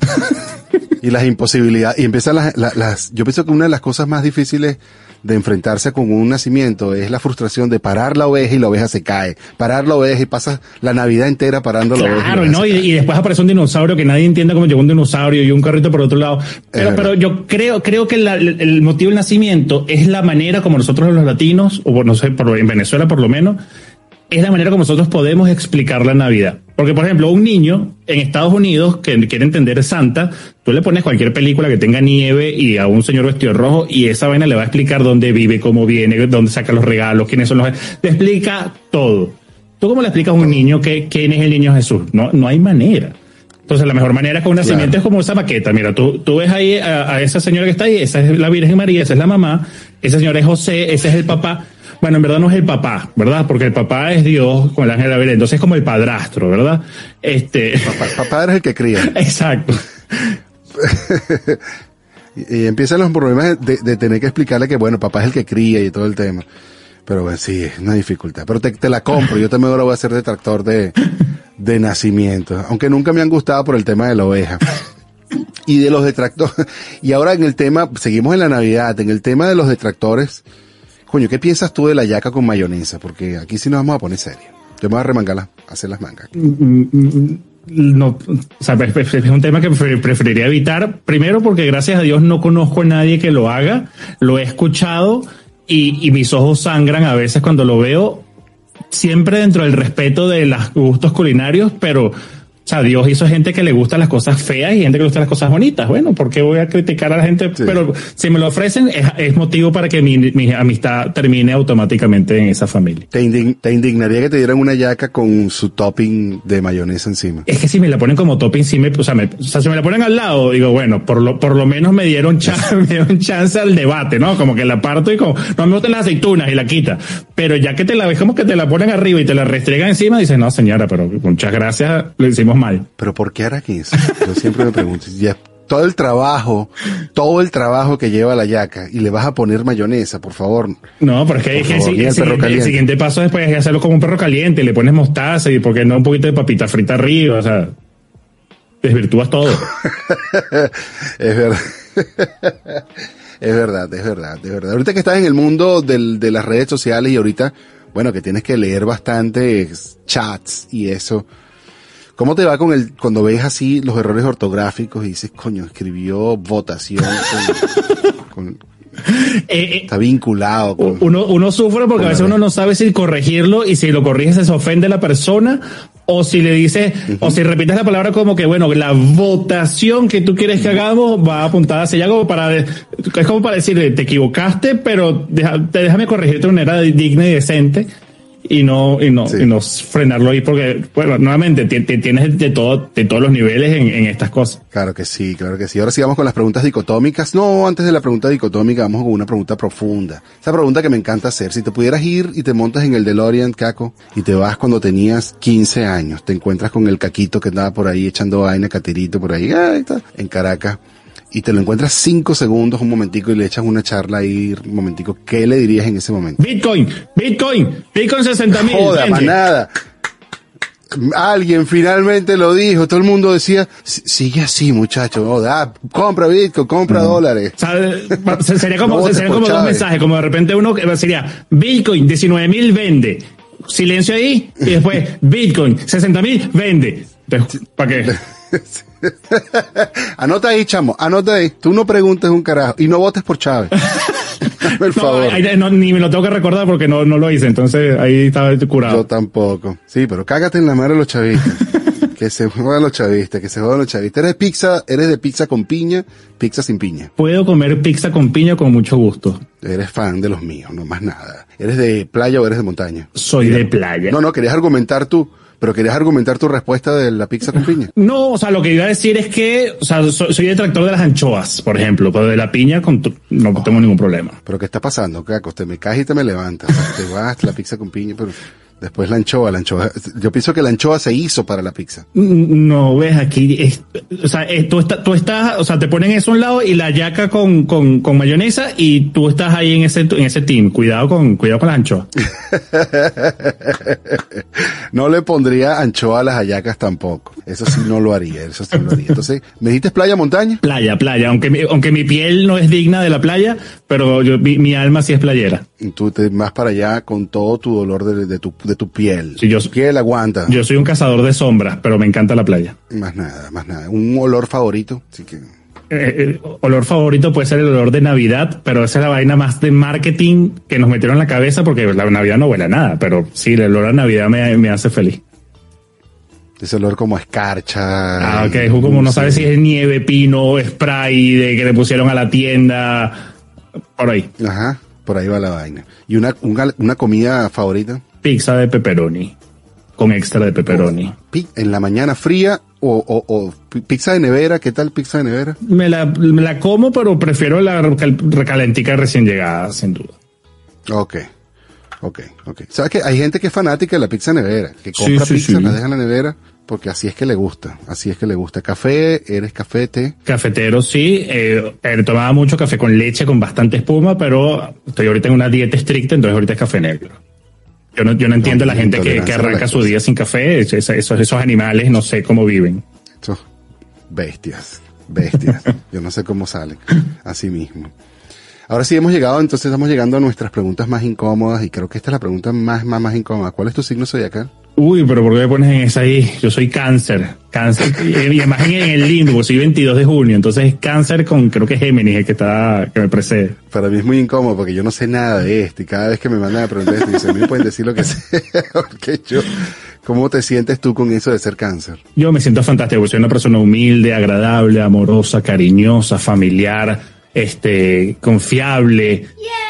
B: Y las imposibilidades, y empiezan las, las, las, yo pienso que una de las cosas más difíciles de enfrentarse con un nacimiento es la frustración de parar la oveja y la oveja se cae. Parar la oveja y pasas la Navidad entera parando la oveja.
E: Claro,
B: y la
E: ¿no?
B: oveja
E: Y,
B: se
E: y después aparece un dinosaurio que nadie entiende cómo llegó un dinosaurio y un carrito por otro lado. Pero,
B: verdad.
E: pero yo creo, creo que la- el, el motivo del nacimiento es la manera como nosotros los latinos, o no sé, por, en Venezuela por lo menos, es la manera como nosotros podemos explicar la Navidad. Porque, por ejemplo, un niño en Estados Unidos que quiere entender Santa, tú le pones cualquier película que tenga nieve y a un señor vestido de rojo y esa vaina le va a explicar dónde vive, cómo viene, dónde saca los regalos, quiénes son los... Le explica todo. ¿Tú cómo le explicas a un niño que, quién es el niño Jesús? No, no hay manera. Entonces, la mejor manera con un nacimiento
B: Claro.
E: es como esa maqueta. Mira, tú, tú ves ahí a, a esa señora que está ahí, esa es la Virgen María, esa es la mamá, esa señora es José, ese es el papá. Bueno, en verdad no es el papá, ¿verdad? Porque el papá es Dios con el ángel Gabriel, entonces es como el padrastro, ¿verdad? Este,
B: Pa- Papá eres el que cría.
E: exacto.
B: Y, y empiezan los problemas de, de tener que explicarle que, bueno, papá es el que cría y todo el tema. Pero bueno, sí, es una dificultad. Pero te, te la compro. Yo también ahora voy a ser detractor de, de nacimiento. Aunque nunca me han gustado por el tema de la oveja. Y de los detractores. Y ahora en el tema, seguimos en la Navidad, en el tema de los detractores. Coño, ¿qué piensas tú de la yaca con mayonesa? Porque aquí sí nos vamos a poner serio. Yo me voy a remangar las, hacer las mangas.
E: No, o sea, es es un tema que prefer- preferiría evitar. Primero porque gracias a Dios no conozco a nadie que lo haga. Lo he escuchado y, y mis ojos sangran a veces cuando lo veo. Siempre dentro del respeto de los gustos culinarios, pero... O sea, Dios hizo gente que le gustan las cosas feas y gente que le gustan las cosas bonitas. Bueno, ¿por qué voy a criticar a la gente?
B: Sí.
E: Pero si me lo ofrecen, es, es motivo para que mi, mi amistad termine automáticamente en esa familia.
B: ¿Te, indign- te indignaría que te dieran una yaca con su topping de mayonesa encima?
E: Es que si me la ponen como topping, sí me, o sea, me, o sea, si me la ponen al lado, digo, bueno, por lo, por lo menos me dieron, chance, me dieron chance al debate, ¿no? Como que la parto y como, no me gustan las aceitunas y la quita. Pero ya que te la ves como que te la ponen arriba y te la restregan encima, dices, no, señora, pero muchas gracias, lo hicimos mal.
B: ¿Pero por qué harán eso? Yo siempre me pregunto. Ya, todo el trabajo, todo el trabajo que lleva la yaca y le vas a poner mayonesa, por favor.
E: No, pero es que,
B: Por
E: es que
B: favor,
E: el,
B: ni el
E: el
B: perro
E: siguiente, el
B: caliente.
E: siguiente paso después es hacerlo como un perro caliente, le pones mostaza y porque no un poquito de papita frita arriba, o sea, desvirtúas todo.
B: Es verdad. Es verdad, es verdad, es verdad. Ahorita que estás en el mundo del, de las redes sociales y ahorita, bueno, que tienes que leer bastantes chats y eso. ¿Cómo te va con el, cuando ves así los errores ortográficos y dices, coño, escribió votación con, con-
E: Eh, eh,
B: está vinculado con,
E: uno, uno sufre porque a veces uno no sabe si corregirlo y si lo corriges se ofende a la persona o si le dices, o si repites la palabra como que, bueno, la votación que tú quieres que hagamos va apuntada hacia allá como para, es como para decirle, te equivocaste, pero deja, déjame corregirte de manera digna y decente. Y no, y no,
B: Sí.
E: y no frenarlo ahí porque, bueno, nuevamente ti- ti- tienes de todo, de todos los niveles en, en estas cosas.
B: Claro que sí, claro que sí. Ahora sí vamos con las preguntas dicotómicas. No, antes de la pregunta dicotómica vamos con una pregunta profunda. Esa pregunta que me encanta hacer. Si te pudieras ir y te montas en el DeLorean, Caco, y te vas cuando tenías quince años, te encuentras con el Caquito que andaba por ahí echando vaina, Catirito por ahí, ahí está, en Caracas, y te lo encuentras cinco segundos, un momentico, y le echas una charla ahí, un momentico, ¿qué le dirías en ese momento?
E: Bitcoin, Bitcoin, Bitcoin sesenta mil.
B: Joda, manada. Alguien finalmente lo dijo, todo el mundo decía, sigue así, muchacho, oh, da, compra Bitcoin, compra
E: Mm.
B: dólares.
E: O sea, se- sería como,
B: No votes
E: serían
B: por
E: como dos
B: Chávez.
E: mensajes, como de repente uno que sería Bitcoin diecinueve mil vende, silencio ahí, y después Bitcoin sesenta mil vende. ¿Para qué?
B: Anota ahí, chamo, anota ahí. Tú no preguntes un carajo y no votes por Chávez. Por
E: No,
B: favor.
E: ahí no, ni me lo tengo que recordar porque no, no lo hice, entonces ahí estaba curado.
B: Yo tampoco. Sí, pero cágate en la madre de los chavistas. Que se jodan los chavistas, que se jodan los chavistas. Eres de pizza, eres de pizza con piña, pizza sin piña.
E: Puedo comer pizza con piña con mucho gusto.
B: Eres fan de los míos, no más nada. ¿Eres de playa o eres de montaña?
E: Soy de playa.
B: No, no, querías argumentar tú, pero querías argumentar tu respuesta de la pizza con piña.
E: No, o sea, lo que iba a decir es que, o sea, soy, soy detractor de las anchoas, por ejemplo, pero de la piña con tu- no tengo ningún problema.
B: Pero ¿qué está pasando, Caco? Te me caes y te me levantas. Te vas la pizza con piña, pero después la anchoa, la anchoa. Yo pienso que la anchoa se hizo para la pizza.
E: No, ves, aquí, es- o sea, eh, tú, está- tú estás, o sea, te ponen eso a un lado y la yaca con, con, con mayonesa y tú estás ahí en ese, en ese team. Cuidado con, cuidado con las anchoas.
B: No le pondría anchoa a las hallacas tampoco. Eso sí no lo haría, eso sí no lo haría. Entonces, ¿me dijiste playa, montaña?
E: Playa, playa, aunque, mi- aunque mi piel no es digna de la playa, pero yo, mi, mi alma sí es playera.
B: Y tú te vas para allá con todo tu dolor de, de tu, de tu piel.
E: Sí, yo-
B: tu piel aguanta.
E: Yo soy un cazador de sombras, pero me encanta la playa.
B: Más nada, más nada. Un olor favorito. Así que,
E: Eh, eh, olor favorito puede ser el olor de Navidad, pero esa es la vaina más de marketing que nos metieron en la cabeza porque la Navidad no huele a nada, pero sí, el olor a Navidad me, me hace feliz.
B: ese olor como a escarcha.
E: Ah, ok, como no sabes si es nieve, pino, spray de que le pusieron a la tienda, por ahí.
B: Ajá, por ahí va la vaina. ¿Y una, una, una comida favorita?
E: Pizza de pepperoni, con extra de pepperoni.
B: Pi- ¿En la mañana fría o, o, o pi- pizza de nevera? ¿Qué tal pizza de nevera?
E: Me la, me la como, pero prefiero la recal- recalentica recién llegada, sin duda.
B: Ok, ok, ok. ¿Sabes que hay gente que es fanática de la pizza de nevera? Que compra
E: Sí, sí,
B: pizza,
E: sí.
B: la deja en la nevera, porque así es que le gusta, así es que le gusta. Café, eres café, té.
E: Cafetero sí, eh, eh, tomaba mucho café con leche, con bastante espuma, pero estoy ahorita en una dieta estricta, entonces ahorita es café negro. Yo no, yo no entiendo
B: No,
E: la gente que, que
B: intolerancia a la
E: arranca su
B: lactosa.
E: día sin café, es- es- esos, esos animales no sé cómo viven.
B: Estos bestias, bestias. Yo no sé cómo salen, así mismo. Ahora sí hemos llegado, entonces estamos llegando a nuestras preguntas más incómodas y creo que esta es la pregunta más, más, más incómoda. ¿Cuál es tu signo zodiacal?
E: Uy, pero ¿por qué me pones en esa ahí? Yo soy cáncer, cáncer, y, y además en en el limbo, porque soy veintidós de junio, entonces es cáncer con, creo que Géminis el que está, que me precede.
B: Para mí es muy incómodo porque yo no sé nada de esto y cada vez que me mandan a preguntar esto, dicen, me pueden decir lo que sea, porque yo, ¿cómo te sientes tú con eso de ser cáncer?
E: Yo me siento fantástico, porque soy una persona humilde, agradable, amorosa, cariñosa, familiar, este, confiable.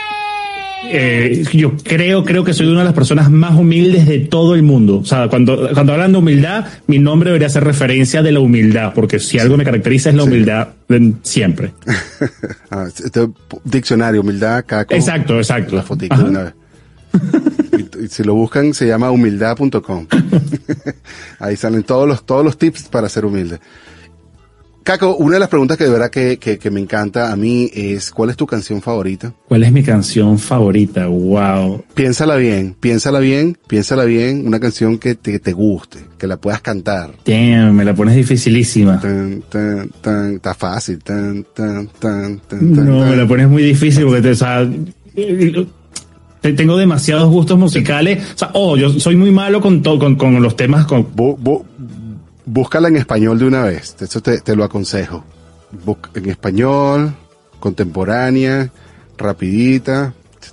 E: Eh, yo creo, creo que soy una de las personas más humildes de todo el mundo. O sea, cuando, cuando hablan de humildad, mi nombre debería hacer referencia de la humildad, porque si algo me caracteriza es la humildad de- siempre.
B: Ah, este, diccionario, humildad, caco.
E: Exacto, exacto.
B: La fotito
E: Ajá.
B: de una vez. Y, y si lo buscan, se llama humildad punto com. Ahí salen todos los, todos los tips para ser humilde. Caco, una de las preguntas que de verdad que, que, que me encanta a mí es, ¿cuál es tu canción favorita?
E: ¿Cuál es mi canción favorita? Wow.
B: Piénsala bien, piénsala bien, piénsala bien, una canción que te, que te guste, que la puedas cantar.
E: Damn, me la pones dificilísima.
B: Tan, tan, tan, está fácil. Tan, tan, tan, tan, tan,
E: No,
B: tan.
E: me la pones muy difícil porque te, o sea, eh, te- tengo demasiados gustos musicales. O sea, oh, yo soy muy malo con, to- con, con los temas con,
B: Bu- bu- búscala en español de una vez, eso te, te lo aconsejo. Bus- en español, contemporánea, rapidita.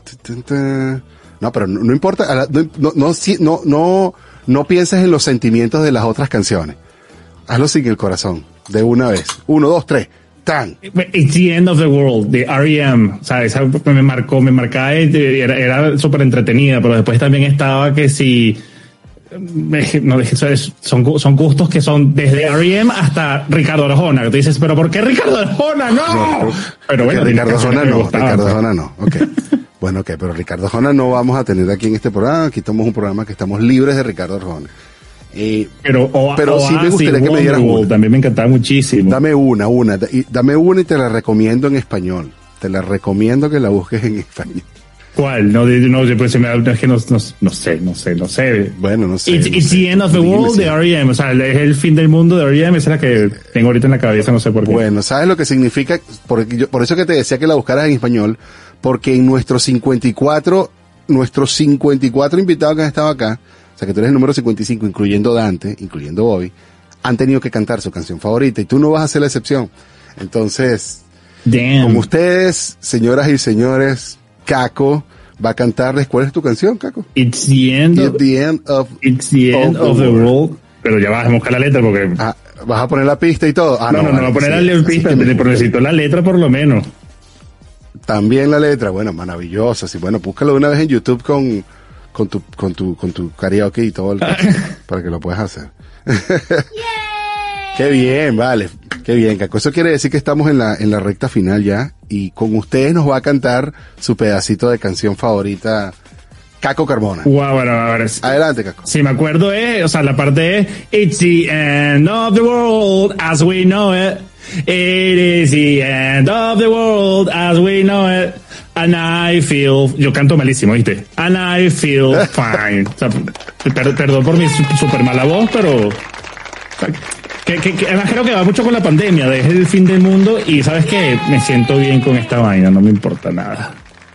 B: No, pero no, no importa, a la- no, no, no, si- no, no, no pienses en los sentimientos de las otras canciones. Hazlo sin el corazón, de una vez. Uno, dos, tres, tan.
E: It's the End of the World, de R E M. O sea, esa me marcó, me marcaba, eh, era, era súper entretenida, pero después también estaba que si... eh, No, eso es- son, gu- son gustos que son desde R E M hasta Ricardo Arjona. Que tú dices, ¿pero por qué Ricardo Arjona? ¡No! Pero bueno, tiene
B: Ricardo
E: canciones
B: Jona
E: que me
B: no,
E: gustaban,
B: Ricardo
E: pues.
B: Jona no, ok. Bueno, ok, pero Ricardo Jona no vamos a tener aquí en este programa, aquí estamos un programa que estamos libres de Ricardo Arjona. Eh,
E: Pero, o,
B: Pero sí me
E: Oasis,
B: gustaría que me dieras
E: Wonderwall,
B: una.
E: también me encantaba muchísimo.
B: Dame una, una, y dame una y te la recomiendo en español. Te la recomiendo que la busques en español.
E: ¿Cuál? No, de- no, después se me da, es que no, no, no sé, no sé, no sé.
B: Bueno, no sé.
E: It's,
B: no
E: it's
B: sé.
E: the end of the
B: Dime
E: world
B: si-
E: de R E M, o sea, es el fin del mundo de R E M, esa es la que tengo ahorita en la cabeza, no sé por qué.
B: Bueno, ¿sabes lo que significa? Porque yo- por eso que te decía que la buscaras en español, porque en nuestros cincuenta y cuatro, nuestros cincuenta y cuatro invitados que han estado acá, o sea que tú eres el número cincuenta y cinco, incluyendo Dante, incluyendo Bobby, han tenido que cantar su canción favorita y tú no vas a ser la excepción. Entonces,
E: Damn.
B: con ustedes, señoras y señores, Caco va a cantarles. ¿Cuál es tu canción, Caco?
E: It's the end
B: It's
E: of,
B: the end of...
E: it's the end
B: of the
E: of the
B: world.
E: world. Pero ya vas a buscar la letra porque...
B: Ah, ¿vas a poner la pista y todo? Ah,
E: no, no, no,
B: vale,
E: voy a poner
B: sí,
E: la
B: así
E: pista,
B: que me
E: pero necesito la letra por lo menos.
B: También la letra, bueno, maravillosa. Sí, bueno, búscalo de una vez en YouTube con, con tu, con tu, con tu karaoke y todo el para que lo puedas hacer. Qué bien, vale. Qué bien, Caco. Eso quiere decir que estamos en la, en la recta final ya. Y con ustedes nos va a cantar su pedacito de canción favorita, Caco Carmona.
E: Wow, bueno, a ver.
B: Adelante, Caco.
E: Si me acuerdo es, o sea, la parte es It's the end of the world as we know it. It is the end of the world as we know it. And I feel, yo canto malísimo, ¿viste? And I feel fine. O sea, per- perdón por mi su- super mala voz, pero o sea, que, que, que además creo que va mucho con la pandemia, es el fin del mundo y sabes que me siento bien con esta vaina, no me importa nada.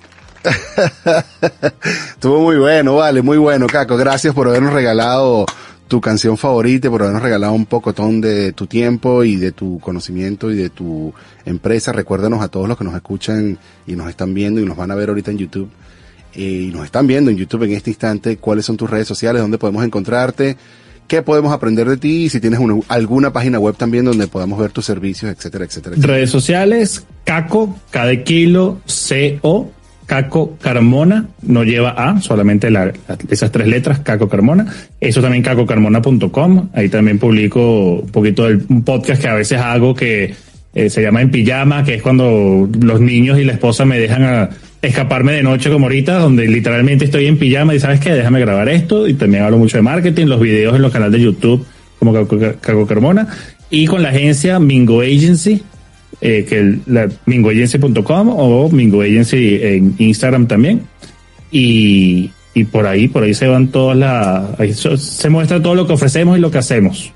B: Estuvo muy bueno, vale, muy bueno, Caco. Gracias por habernos regalado tu canción favorita, por habernos regalado un pocotón de tu tiempo y de tu conocimiento y de tu empresa. Recuérdanos a todos los que nos escuchan y nos están viendo y nos van a ver ahorita en YouTube. Y nos están viendo en YouTube en este instante, cuáles son tus redes sociales, dónde podemos encontrarte, qué podemos aprender de ti y si tienes una, alguna página web también donde podamos ver tus servicios, etcétera, etcétera, etcétera.
E: Redes sociales, Caco, K de kilo, C O, Caco Carmona, no lleva A, solamente la, la- esas tres letras, Caco Carmona. Eso también caco carmona punto com. Ahí también publico un poquito del un podcast que a veces hago que eh, se llama En Pijama, que es cuando los niños y la esposa me dejan a escaparme de noche como ahorita, donde literalmente estoy en pijama y ¿sabes qué? Déjame grabar esto. Y también hablo mucho de marketing, los videos en los canales de YouTube como Caco, Caco Carmona. Y con la agencia Mingo Agency, eh, que el- la mingo agency punto com o Mingo Agency en Instagram también. Y, y por ahí, por ahí se van todas las, ahí so- se muestra todo lo que ofrecemos y lo que hacemos.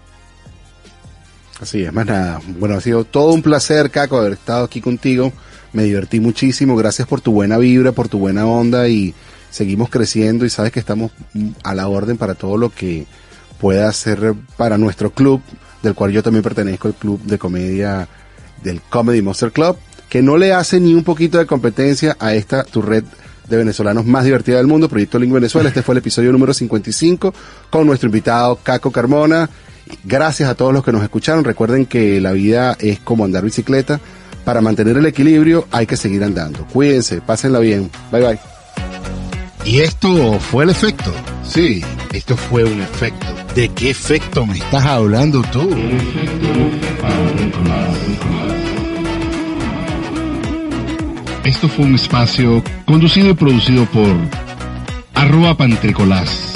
B: Así es, más nada. Bueno, ha sido todo un placer, Caco, haber estado aquí contigo. Me divertí muchísimo. Gracias por tu buena vibra, por tu buena onda y seguimos creciendo y sabes que estamos mm, a la orden para todo lo que pueda hacer para nuestro club, del cual yo también pertenezco, el club de comedia del Comedy Monster Club, que no le hace ni un poquito de competencia a esta, tu red de venezolanos más divertida del mundo, Proyecto Link Venezuela. Este fue el episodio número cincuenta y cinco con nuestro invitado Caco Carmona. Gracias a todos los que nos escucharon. Recuerden que la vida es como andar bicicleta. Para mantener el equilibrio hay que seguir andando. Cuídense, pásenla bien. Bye bye.
A: Y esto fue el efecto. Sí, esto fue un efecto. ¿De qué efecto me estás hablando tú? Esto fue un espacio conducido y producido por arroba pantricolás.